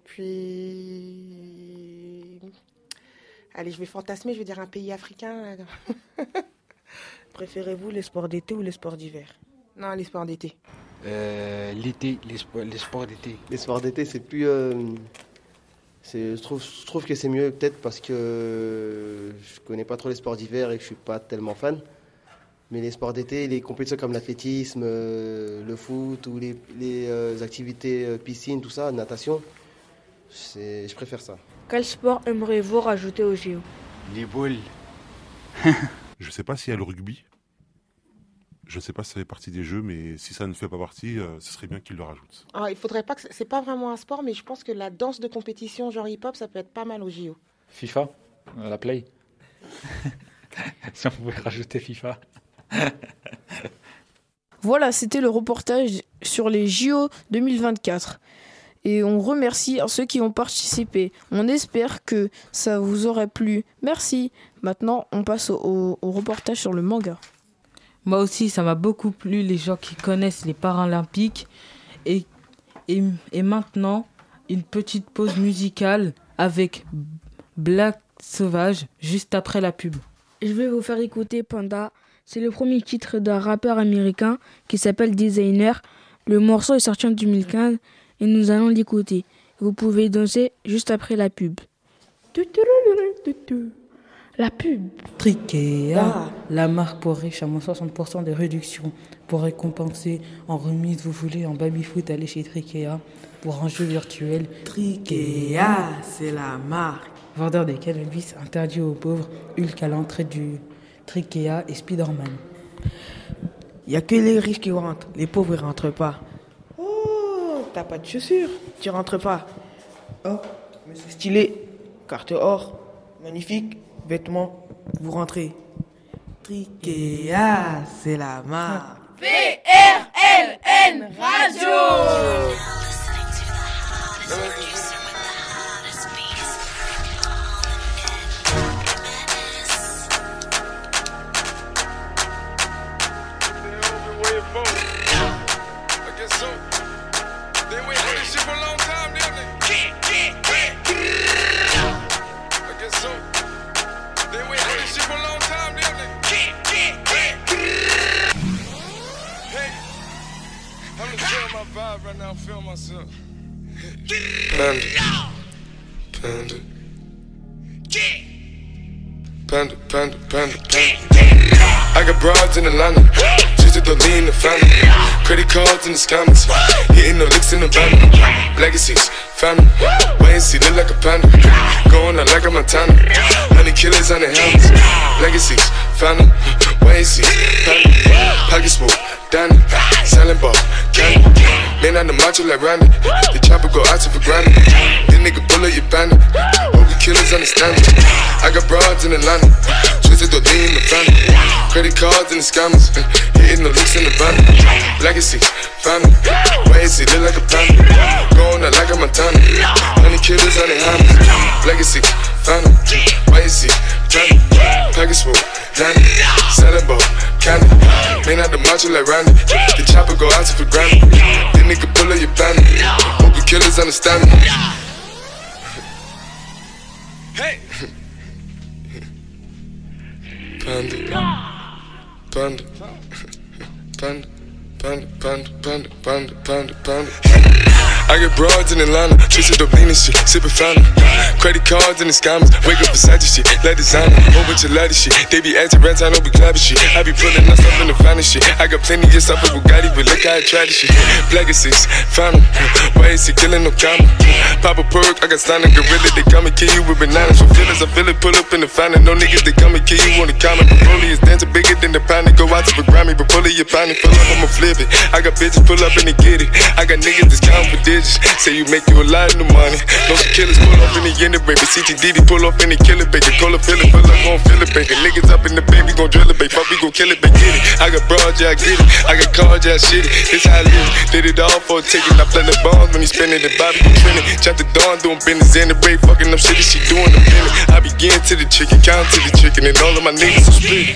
puis... Allez, je vais fantasmer, je vais dire un pays africain. Préférez-vous les sports d'été ou les sports d'hiver ? Non, les sports d'été. L'été, les sports d'été. Les sports d'été, c'est plus... je trouve que c'est mieux peut-être parce que je connais pas trop les sports d'hiver et que je suis pas tellement fan. Mais les sports d'été, les compétitions comme l'athlétisme, le foot ou les activités piscine, tout ça, natation, je préfère ça. Quel sport aimeriez-vous rajouter aux JO ? Les boules. Je sais pas s'il y a le rugby. Je ne sais pas si ça fait partie des jeux, mais si ça ne fait pas partie, ce serait bien qu'ils le rajoutent. Il faudrait pas que c'est pas vraiment un sport, mais je pense que la danse de compétition genre hip-hop, ça peut être pas mal au JO. FIFA, la Play. Si on pouvait rajouter FIFA. Voilà, c'était le reportage sur les JO 2024. Et on remercie ceux qui ont participé. On espère que ça vous aurait plu. Merci. Maintenant, on passe au reportage sur le manga. Moi aussi, ça m'a beaucoup plu, les gens qui connaissent les Paralympiques. Et maintenant, une petite pause musicale avec Black Sauvage, juste après la pub. Je vais vous faire écouter Panda. C'est le premier titre d'un rappeur américain qui s'appelle Designer. Le morceau est sorti en 2015 et nous allons l'écouter. Vous pouvez danser juste après la pub. La pub. Trikea, la marque pour riches à moins 60% de réduction. Pour récompenser, en remise, vous voulez en baby-foot, allez chez Trikea. Pour un jeu virtuel, Trikea, c'est la marque. Vendeur des cannabis interdit aux pauvres, Hulk à l'entrée du Trikea et Spider-Man. Il n'y a que les riches qui rentrent, les pauvres ne rentrent pas. Oh, t'as pas de chaussures, tu rentres pas. Oh, mais c'est stylé. Carte or, magnifique, vêtements, vous rentrez. Trikea, c'est la marque. VRLN Radio. Right now, I feel myself. Panda, panda, panda, panda. I got broads in Atlanta, just to lean the family. Credit cards in the scammers, hitting the licks in the van. Legacies, family, wait and see, look like a panda. Going out like a Montana, 100 killers on the helmets. Legacies, family, wait and see, family. Pockets full, Danny, selling ball, candy. Man on the macho like Randy, the chopper go out for granted. This nigga bullet, you bandit. Hope killers understand me. I got broads in Atlanta, twisted to lean the family. Credit cards and the scammers, hitting the licks in the van. Legacy, family, wait and see, look like a panda. Going out like a Montana, 100 killers on the hands. Legacy, family, wait and see, family. Package full, Danny, selling ball, candy. Man out the macho like Randy, the chopper go out for granted. This nigga pull up your bandit. Hope the killers understand me. Hey! Panda, panda, panda, panda, panda, panda, panda, panda, panda. I get broads in Atlanta, twisted up lean and shit, sippin' fountain. Credit cards and the scammers, wake up beside your shit, like designer, whole bunch of lattice shit. They be acting rats, I know we clapping shit. I be pulling us up in the finest shit. I got plenty of stuff with Bugatti, but look how I try this shit. Black is 6, fountain, why is he killing no comma? Pop a perk, I got stunning gorilla, they come and kill you with bananas. For feelings, I feel it, pull up in the fountain. No niggas, they come and kill you on the comment. Broly is dancing bigger than the pound, go out to the Grammy, but pull it, you pound it, pull up, I'ma flip it. I got bitches pull up and they get it. I got niggas that's counting for digits. Say you make you a lot of money. No some killers pull off in the end of baby. CTDD pull off in the killer baby. Call a feeling, pull up, gon' feel it, baby. Niggas up in the baby, gon' drill it, baby. Fuck, we gon' kill it, baby. Get it. I got broads, yeah, I get it. I got cards, yeah, I shit it. This how I live. Did it all for a ticket. I play the bombs when he spinning the Bobby, gon' spin it. Chop the dawn, doing business in the break. Fucking up shit that she doing the minute. I begin to the chicken, count to the chicken, and all of my niggas are split.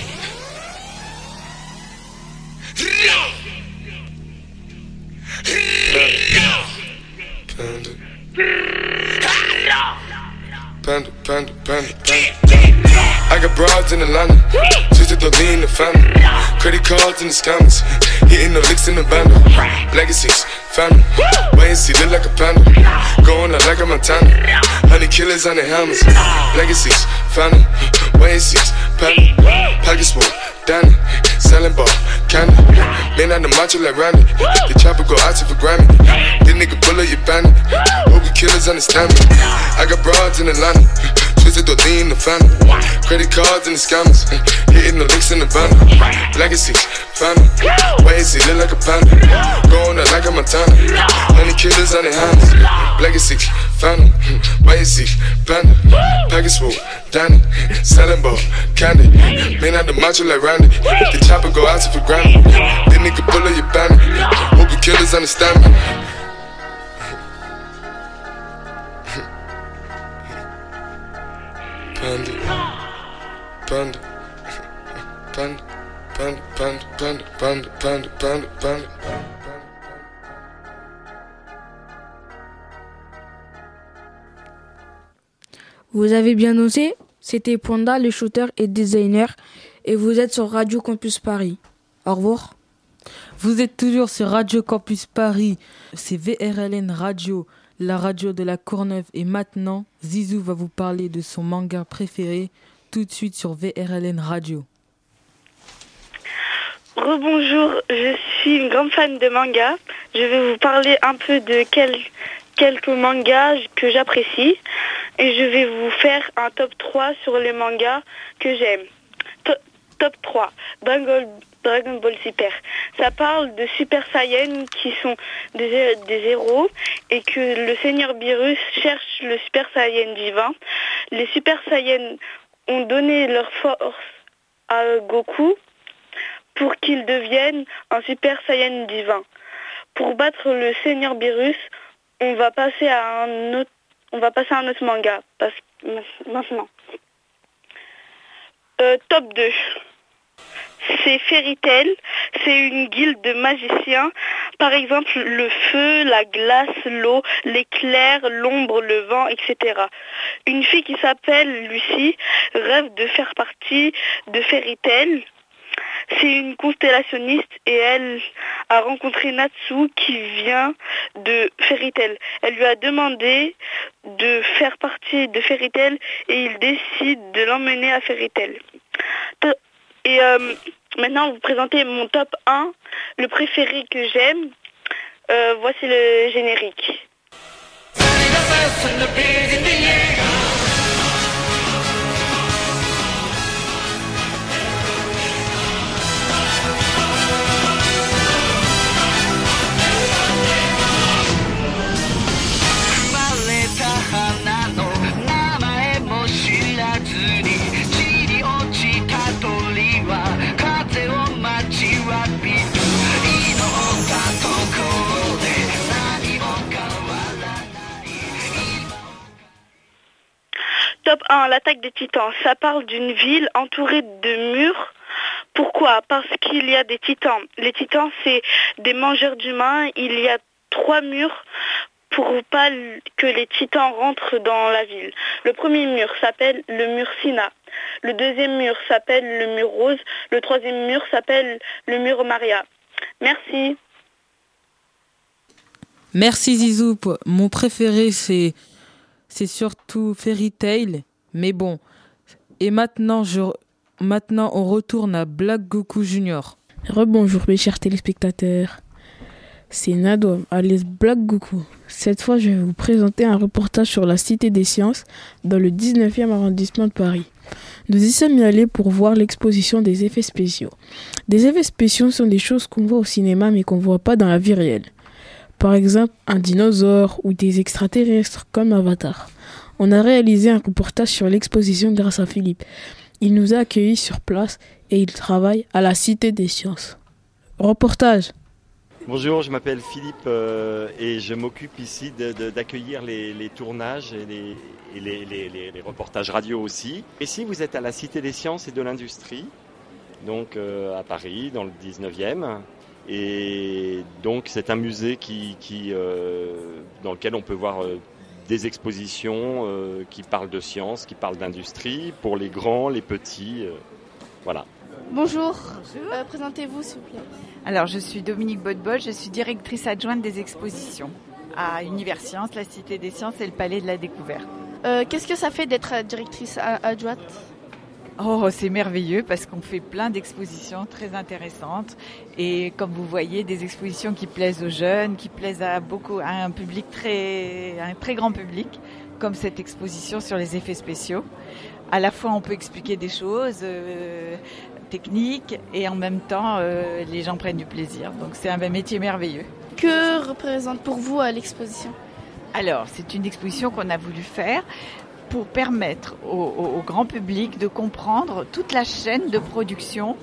Panda, panda, panda, panda. I got broads in Atlanta, twisted to lean the family. Credit cards and the scammers, hitting the licks in the bando. Legacies, family, wait and see, look like a panda. Going out like a Montana, 100 killers on the helmets. Legacies, family, wait and see, family. Pockets full, Danny, selling ball, candy. Man on the macho like Randy, the chopper go out for Grammy. This nigga pull up your bandit, hope the killers understand me. I got broads in Atlanta, twisted to lean the family. Credit cards and the scammers, hitting the licks in the bundle. Legacy, family, wait and see, look like a panda. Going out like a Montana, 100 killers on the hands. Legacy, family, wait and see, panda. Package full, Danny, selling ball, candy. Man out the macho like Randy, the chopper go out for granted. This nigga pull up your bandit, hope the killers understand me. Panda, panda, panda, panda, panda, panda, panda, panda, panda, panda. Vous avez bien osé, c'était Panda, le shooter et designer, et vous êtes sur Radio Campus Paris. Au revoir. Vous êtes toujours sur Radio Campus Paris, c'est VRLN Radio, la radio de la Courneuve. Et maintenant, Zizou va vous parler de son manga préféré, tout de suite sur VRLN Radio. Rebonjour, je suis une grande fan de manga. Je vais vous parler un peu de quelques mangas que j'apprécie. Et je vais vous faire un top 3 sur les mangas que j'aime. Top 3, Dragon Ball Super. Ça parle de Super Saiyan qui sont des héros et que le Seigneur Beerus cherche le Super Saiyan divin. Les Super Saiyans ont donné leur force à Goku pour qu'il devienne un Super Saiyan divin. Pour battre le Seigneur Beerus, on va passer à un autre manga maintenant. Top 2. C'est Fairy Tail, c'est une guilde de magiciens, par exemple le feu, la glace, l'eau, l'éclair, l'ombre, le vent, etc. Une fille qui s'appelle Lucie rêve de faire partie de Fairy Tail. C'est une constellationniste et elle a rencontré Natsu qui vient de Fairy Tail. Elle lui a demandé de faire partie de Fairy Tail et il décide de l'emmener à Fairy Tail. Et maintenant, vous présentez mon top 1, le préféré que j'aime. Voici le générique. Top 1, l'attaque des titans. Ça parle d'une ville entourée de murs. Pourquoi ? Parce qu'il y a des titans. Les titans, c'est des mangeurs d'humains. Il y a 3 murs pour pas que les titans rentrent dans la ville. Le premier mur s'appelle le mur Sina. Le deuxième mur s'appelle le mur Rose. Le troisième mur s'appelle le mur Maria. Merci. Merci Zizou. Mon préféré, c'est surtout Fairy Tail, mais bon. Et maintenant, on retourne à Black Goku Junior. Rebonjour mes chers téléspectateurs. C'est Nado, alias Black Goku. Cette fois, je vais vous présenter un reportage sur la Cité des Sciences dans le 19e arrondissement de Paris. Nous y sommes allés pour voir l'exposition des effets spéciaux. Des effets spéciaux sont des choses qu'on voit au cinéma mais qu'on ne voit pas dans la vie réelle. Par exemple, un dinosaure ou des extraterrestres comme Avatar. On a réalisé un reportage sur l'exposition grâce à Philippe. Il nous a accueillis sur place et il travaille à la Cité des Sciences. Reportage. Bonjour, je m'appelle Philippe et je m'occupe ici d'accueillir les tournages et les reportages radio aussi. Ici, vous êtes à la Cité des Sciences et de l'Industrie, donc à Paris, dans le 19e. Et donc c'est un musée dans lequel on peut voir des expositions qui parlent de science, qui parlent d'industrie, pour les grands, les petits, voilà. Bonjour, présentez-vous s'il vous plaît. Alors je suis Dominique Bodbol, je suis directrice adjointe des expositions à Univers Sciences, la Cité des Sciences et le Palais de la Découverte. Qu'est-ce que ça fait d'être directrice adjointe ? Oh, c'est merveilleux parce qu'on fait plein d'expositions très intéressantes et comme vous voyez, des expositions qui plaisent aux jeunes, qui plaisent à un public un très grand public, comme cette exposition sur les effets spéciaux. À la fois, on peut expliquer des choses techniques et en même temps, les gens prennent du plaisir. Donc, c'est un métier merveilleux. Que représente pour vous l'exposition ? Alors, c'est une exposition qu'on a voulu faire pour permettre au grand public de comprendre toute la chaîne de production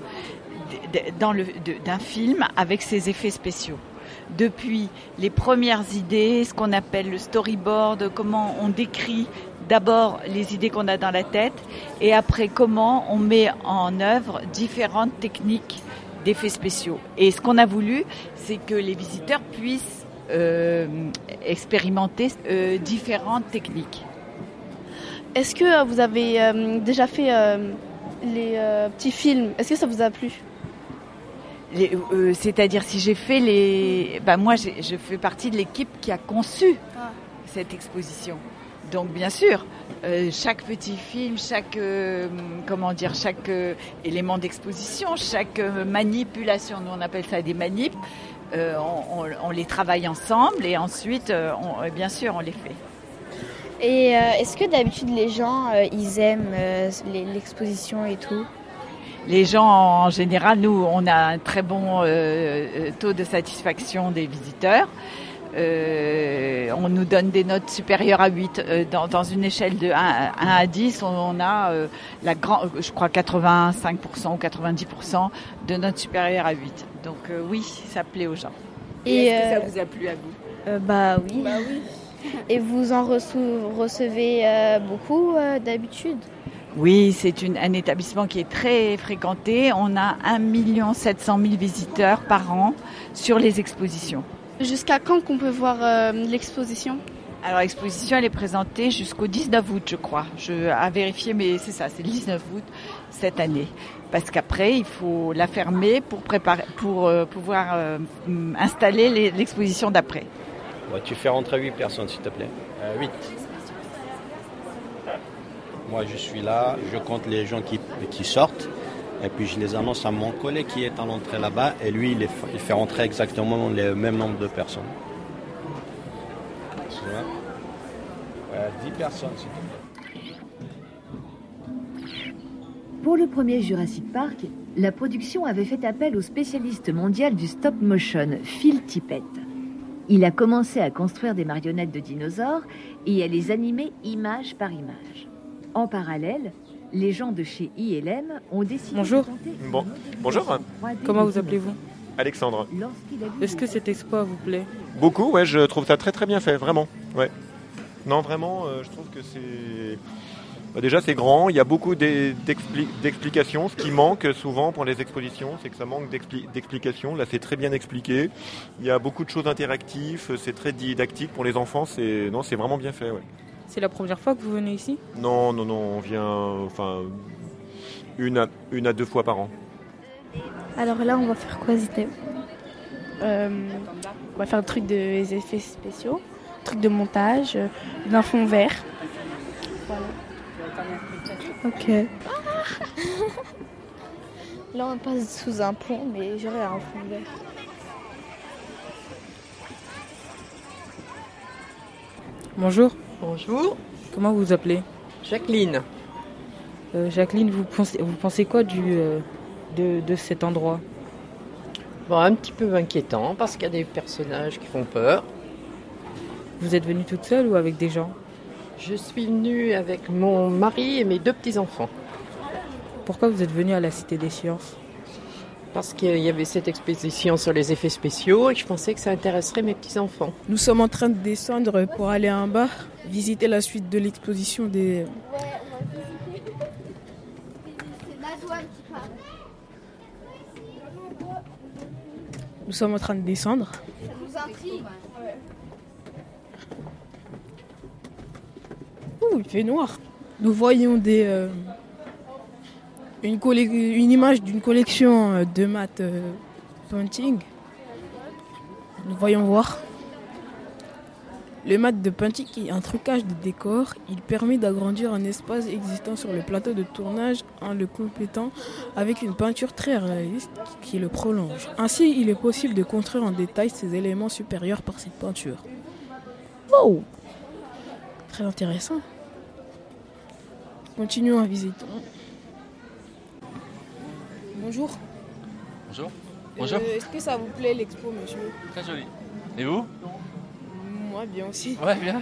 d'un film avec ses effets spéciaux. Depuis les premières idées, ce qu'on appelle le storyboard, comment on décrit d'abord les idées qu'on a dans la tête et après comment on met en œuvre différentes techniques d'effets spéciaux. Et ce qu'on a voulu, c'est que les visiteurs puissent expérimenter différentes techniques. Est-ce que vous avez déjà fait les petits films ? Est-ce que ça vous a plu ? C'est-à-dire si j'ai fait moi je fais partie de l'équipe qui a conçu cette exposition. Donc bien sûr, chaque petit film, chaque élément d'exposition, chaque manipulation, nous on appelle ça des manips, on les travaille ensemble et ensuite, bien sûr, on les fait. Et est-ce que d'habitude les gens, ils aiment l'exposition et tout ? Les gens, en général, nous, on a un très bon taux de satisfaction des visiteurs. On nous donne des notes supérieures à 8. Dans une échelle de 1 à 10, on a je crois 85% ou 90% de notes supérieures à 8. Donc oui, ça plaît aux gens. Et est-ce que ça vous a plu à vous ? Bah oui. Et vous en recevez beaucoup d'habitude ? Oui, c'est un établissement qui est très fréquenté. On a 1 700 000 visiteurs par an sur les expositions. Jusqu'à quand qu'on peut voir l'exposition ? Alors l'exposition, elle est présentée jusqu'au 19 août, je crois. À vérifier, mais c'est ça, c'est le 19 août cette année. Parce qu'après, il faut la fermer pour pouvoir installer l'exposition d'après. Ouais, tu fais rentrer 8 personnes, s'il te plaît. 8. Moi, je suis là, je compte les gens qui sortent. Et puis, je les annonce à mon collègue qui est à l'entrée là-bas. Et lui, il fait rentrer exactement le même nombre de personnes. 10 personnes, s'il te plaît. Pour le premier Jurassic Park, la production avait fait appel au spécialiste mondial du stop motion, Phil Tippett. Il a commencé à construire des marionnettes de dinosaures et à les animer image par image. En parallèle, les gens de chez ILM ont décidé Bonjour. de tenter... Bonjour. Comment vous appelez-vous ? Alexandre. Est-ce que cet exploit vous plaît ? Beaucoup, ouais, je trouve ça très très bien fait, vraiment. Ouais. Non, vraiment, je trouve que c'est... Déjà, c'est grand, il y a beaucoup d'explications. Ce qui manque souvent pour les expositions, c'est que ça manque d'explications. Là, c'est très bien expliqué. Il y a beaucoup de choses interactives, c'est très didactique pour les enfants. C'est vraiment bien fait, ouais. C'est la première fois que vous venez ici ? Non, on vient une à 2 fois par an. Alors là, on va faire quoi, Zité ? On va faire un truc des effets spéciaux, un truc de montage, d'un fond vert. Voilà. Ok. Là, on passe sous un pont, mais j'aurais un fond vert. Bonjour. Bonjour. Comment vous vous appelez ? Jacqueline. Jacqueline, vous pensez quoi de cet endroit ? Bon, un petit peu inquiétant parce qu'il y a des personnages qui font peur. Vous êtes venue toute seule ou avec des gens ? Je suis venue avec mon mari et mes 2 petits-enfants. Pourquoi vous êtes venue à la Cité des Sciences ? Parce qu'il y avait cette exposition sur les effets spéciaux et je pensais que ça intéresserait mes petits-enfants. Nous sommes en train de descendre pour aller en bas, visiter la suite de l'exposition des... Nous sommes en train de descendre. Ça nous intrigue. Ouh, il fait noir. Nous voyons une image d'une collection de matte painting. Nous voyons voir. Le mat de painting est un trucage de décor. Il permet d'agrandir un espace existant sur le plateau de tournage en le complétant avec une peinture très réaliste qui le prolonge. Ainsi, il est possible de construire en détail ces éléments supérieurs par cette peinture. Wow! Très intéressant. Continuons à visiter. Bonjour. Bonjour. Bonjour. Est-ce que ça vous plaît l'expo, monsieur? Très joli. Et vous? Moi, bien aussi. Ouais, bien.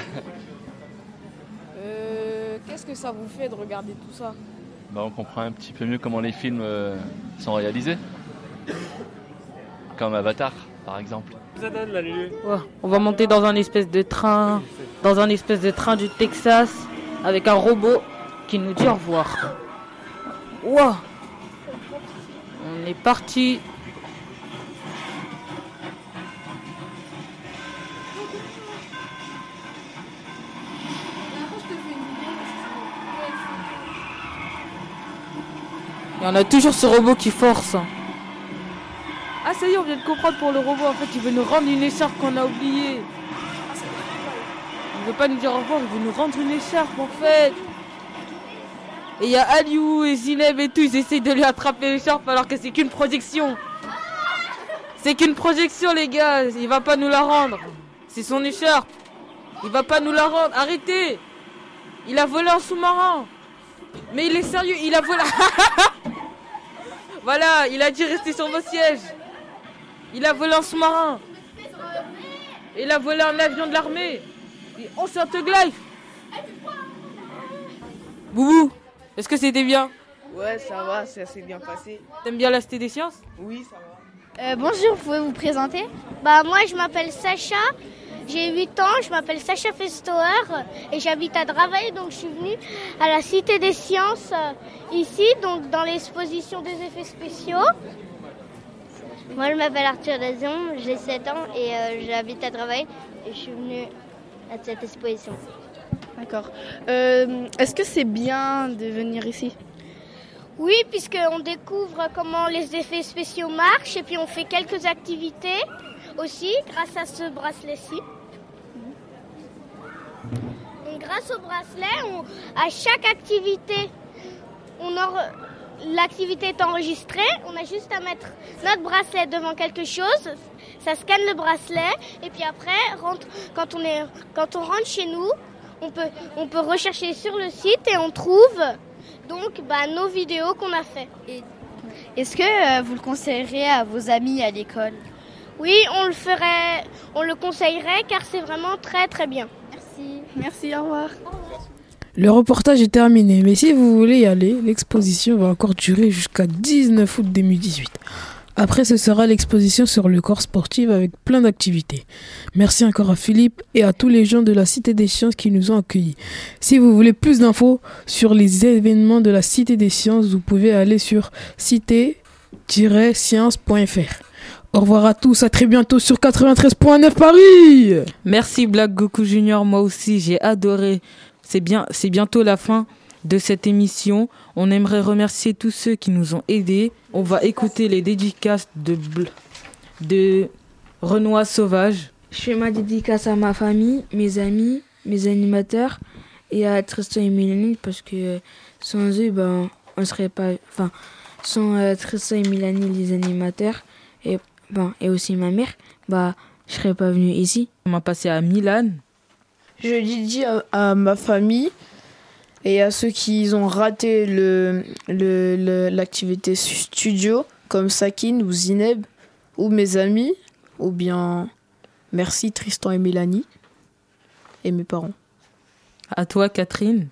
Qu'est-ce que ça vous fait de regarder tout ça? On comprend un petit peu mieux comment les films sont réalisés. Comme Avatar, par exemple. Ouais, on va monter dans un espèce de train, du Texas, avec un robot qui nous dit au revoir. Wow. On est parti. Et on a toujours ce robot qui force. Ah ça y est, on vient de comprendre pour le robot, en fait il veut nous rendre une écharpe qu'on a oubliée. veut pas nous dire au revoir, il veut nous rendre une écharpe en fait. Et il y a Aliou et Zineb et tout, ils essayent de lui attraper l'écharpe alors que c'est qu'une projection. C'est qu'une projection les gars, il va pas nous la rendre. C'est son écharpe. Il va pas nous la rendre, arrêtez. Il a volé un sous-marin. Mais il est sérieux, il a volé... Voilà, il a dit rester sur vos sièges. Il a volé un sous-marin. Il a volé un avion de l'armée. On s'en te glaive. Boubou, est-ce que c'était bien? Ouais, ça va, ça s'est bien passé. T'aimes bien la Cité des Sciences? Oui, ça va. Bonjour, vous pouvez vous présenter? Moi, je m'appelle Sacha. J'ai 8 ans, je m'appelle Sacha Festoer et j'habite à Draveil, donc je suis venue à la Cité des Sciences ici, donc dans l'exposition des effets spéciaux. Moi je m'appelle Arthur Dazion, j'ai 7 ans et j'habite à Draveil et je suis venue à cette exposition. D'accord. Est-ce que c'est bien de venir ici? Oui, puisqu'on découvre comment les effets spéciaux marchent et puis on fait quelques activités aussi grâce à ce bracelet-ci. Donc, grâce au bracelet, à chaque activité, l'activité est enregistrée. On a juste à mettre notre bracelet devant quelque chose. Ça scanne le bracelet et puis après, quand on rentre chez nous, on peut rechercher sur le site et on trouve donc nos vidéos qu'on a fait. Est-ce que vous le conseillerez à vos amis à l'école? Oui, on le conseillerait car c'est vraiment très très bien. Merci, au revoir. Le reportage est terminé, mais si vous voulez y aller, l'exposition va encore durer jusqu'à 19 août 2018. Après, ce sera l'exposition sur le corps sportif avec plein d'activités. Merci encore à Philippe et à tous les gens de la Cité des Sciences qui nous ont accueillis. Si vous voulez plus d'infos sur les événements de la Cité des Sciences, vous pouvez aller sur cité-science.fr. Au revoir à tous, à très bientôt sur 93.9 Paris. Merci Black Goku Junior, moi aussi j'ai adoré. C'est bientôt la fin de cette émission. On aimerait remercier tous ceux qui nous ont aidés. On va écouter les dédicaces de Renoir Sauvage. Je fais ma dédicace à ma famille, mes amis, mes animateurs et à Tristan et Mélanie parce que sans eux, on serait pas... sans Tristan et Mélanie, les animateurs, et aussi ma mère, je serais pas venue ici. On m'a passé à Milan. Je dédie à ma famille et à ceux qui ont raté l'activité studio, comme Sakine ou Zineb, ou mes amis, ou bien merci Tristan et Mélanie, et mes parents. À toi Catherine.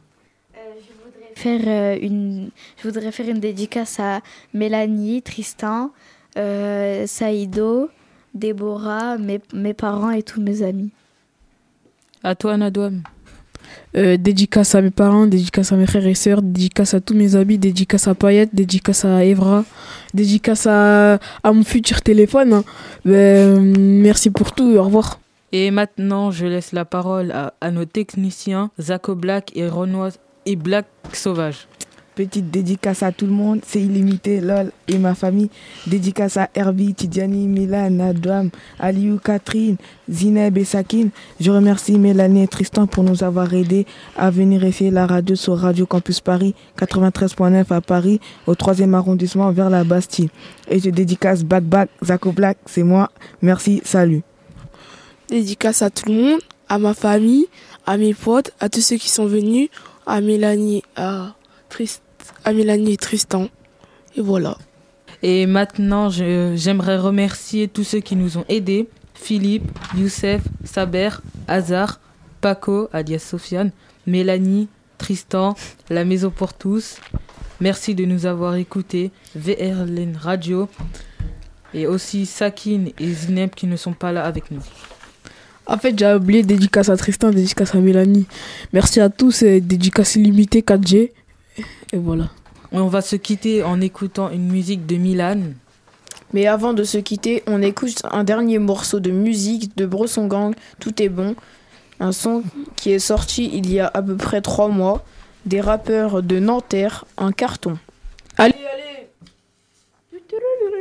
Je voudrais faire une dédicace à Mélanie, Tristan, Saïdo, Déborah, mes parents et tous mes amis. À toi Nadouam. Dédicace à mes parents, dédicace à mes frères et sœurs, dédicace à tous mes amis, dédicace à Payette, dédicace à Evra, dédicace à mon futur téléphone. Merci pour tout, au revoir. Et maintenant, je laisse la parole à nos techniciens, Zako Black et Renoir et Black Sauvage. Petite dédicace à tout le monde, c'est illimité, lol, et ma famille. Dédicace à Herbie, Tidjani, Milan, Nadouam, Aliou, Catherine, Zineb et Sakine. Je remercie Mélanie et Tristan pour nous avoir aidés à venir essayer la radio sur Radio Campus Paris, 93.9 à Paris, au 3e arrondissement vers la Bastille. Et je dédicace Back, Zako Black, c'est moi. Merci, salut. Dédicace à tout le monde, à ma famille, à mes potes, à tous ceux qui sont venus, à Mélanie, à Mélanie et Tristan. Et voilà. Et maintenant, j'aimerais remercier tous ceux qui nous ont aidés. Philippe, Youssef, Saber, Hazard, Paco, alias Sofiane, Mélanie, Tristan, La Maison pour tous. Merci de nous avoir écoutés. VRLN Radio. Et aussi Sakine et Zineb qui ne sont pas là avec nous. En fait, j'ai oublié dédicace à Tristan, dédicace à Mélanie. Merci à tous, dédicace illimitée 4G. Et voilà. On va se quitter en écoutant une musique de Milan. Mais avant de se quitter, on écoute un dernier morceau de musique de Bresson Gang, Tout est bon. Un son qui est sorti il y a à peu près 3 mois. Des rappeurs de Nanterre, un carton. Allez.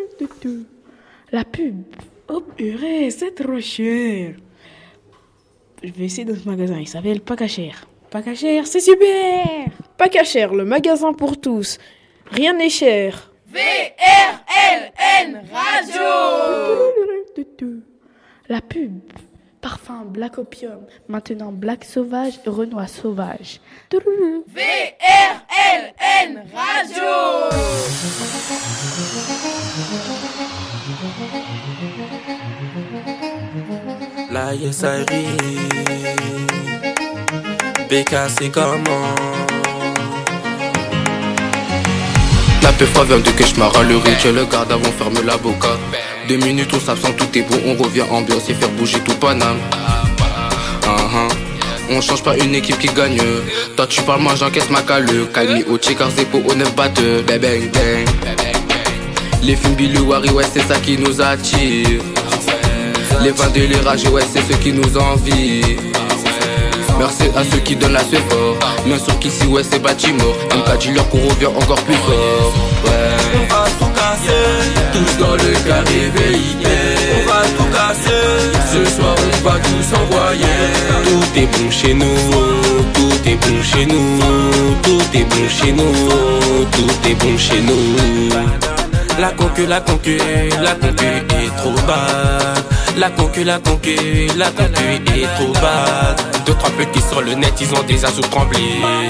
La pub. Oh purée, c'est trop cher. je vais essayer d'autres magasins. Il s'appelle Pas Cher. Pas Cher, c'est super. Pas Cher, le magasin pour tous. Rien n'est cher. VRLN Radio. La pub. Parfum Black Opium. Maintenant Black Sauvage et Renoir Sauvage. VRLN Radio. La Yesari BK c'est comment. La peu froid vient de Keshmara, le rituel, le garde avant ferme la boca. 2 minutes on s'absente, tout est bon, on revient ambiance et faire bouger tout Paname. On change pas une équipe qui gagne. Toi tu parles, moi j'encaisse ma cale. Calmi au Tchekar Zepo au 9 batte. Bang bang bang. Les films Bilouari, ouais c'est ça qui nous attire. Les vins de l'érage, ouais c'est ceux qui nous envient. Merci à ceux qui donnent la sueur fort. Bien sûr qu'ici ouais c'est bâtiment. MK dis-leur qu'on revient encore plus fort. Ouais. On va tout casser, tous dans le carré VIP. On va tout casser, ce soir on va tous envoyer. Tout est bon chez nous, tout est bon chez nous. Tout est bon chez nous, tout est bon chez nous. La concu est trop bad. La concu est trop bad. 2-3 petits sur le net, ils ont déjà sous tremblé.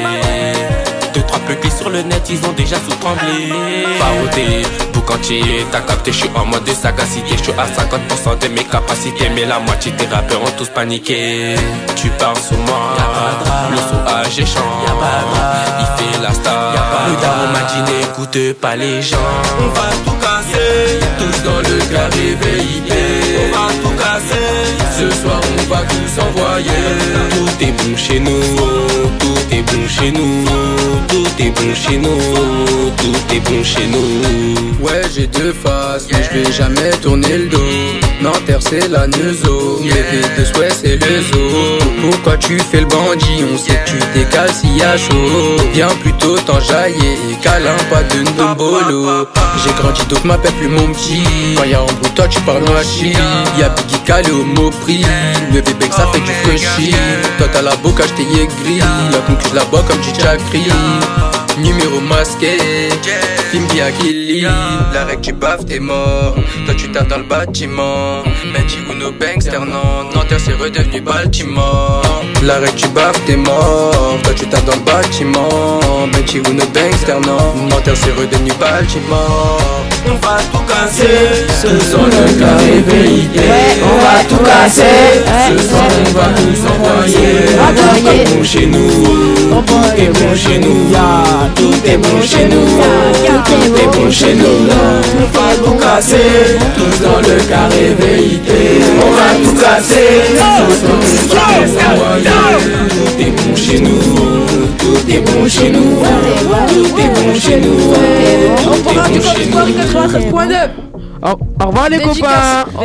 2-3 petits sur le net, ils ont déjà sous tremblé. Parodé, boucantier, t'as capté, je suis en mode de sagacité. Je suis à 50% de mes capacités, mais la moitié des rappeurs ont tous paniqué. Tu parles sur moi, le sauvage est chant. Il fait la star, le daron m'a dit n'écoute pas les gens. On va tout casser, tous dans le carré VIP. On va tout casser, ce soir on va tous envoyer. Tout est bon chez nous, tout est bon chez nous. Tout est bon chez nous, tout est bon chez nous. Ouais j'ai 2 faces, mais je vais jamais tourner le dos. Nanterre c'est la neuzo, mes vies de souhait c'est le zoo. Pourquoi tu fais le bandit, on sait que tu décales s'il y a chaud. Viens plutôt t'enjailler, câlin pas de ndombolo. J'ai grandi donc m'appelle plus mon petit. Quand y'a un bout toi tu parles machi. Y'a Biggie calé au mot prix. Le bébé que ça fait du freshie. Toi t'as la boca j't'ai aigri. La concuse là-bas comme du Chakri. Numéro masqué, Fimbi Akili. La règle tu baffes t'es mort. Toi tu tapes dans le bâtiment. Benji Uno Bankster non. Nanterre c'est redevenu Baltimore. La règle tu baffes t'es mort. Toi tu tapes dans le bâtiment. Benji Uno Bankster non. Nanterre c'est redevenu Baltimore. On va tout casser, ce sont le carré VIP. On va tout casser, ce soir on va tous envoyer. Tout est bon chez nous, tout est bon chez nous. Tout est bon chez nous, tout est bon chez nous. On va tout casser, tous dans le carré VIP. On va tout casser, ce soir on va tous envoyer. Tout est bon chez nous, tout est bon chez nous. Tout est bon chez nous, tout est bon chez nous. 93.9. Au revoir les copains. Au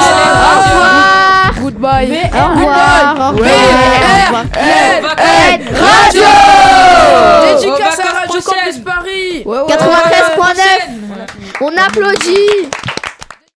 revoir. Goodbye. Au revoir. Radio. Dédicace à Radio Campus Paris. 93.9. On applaudit.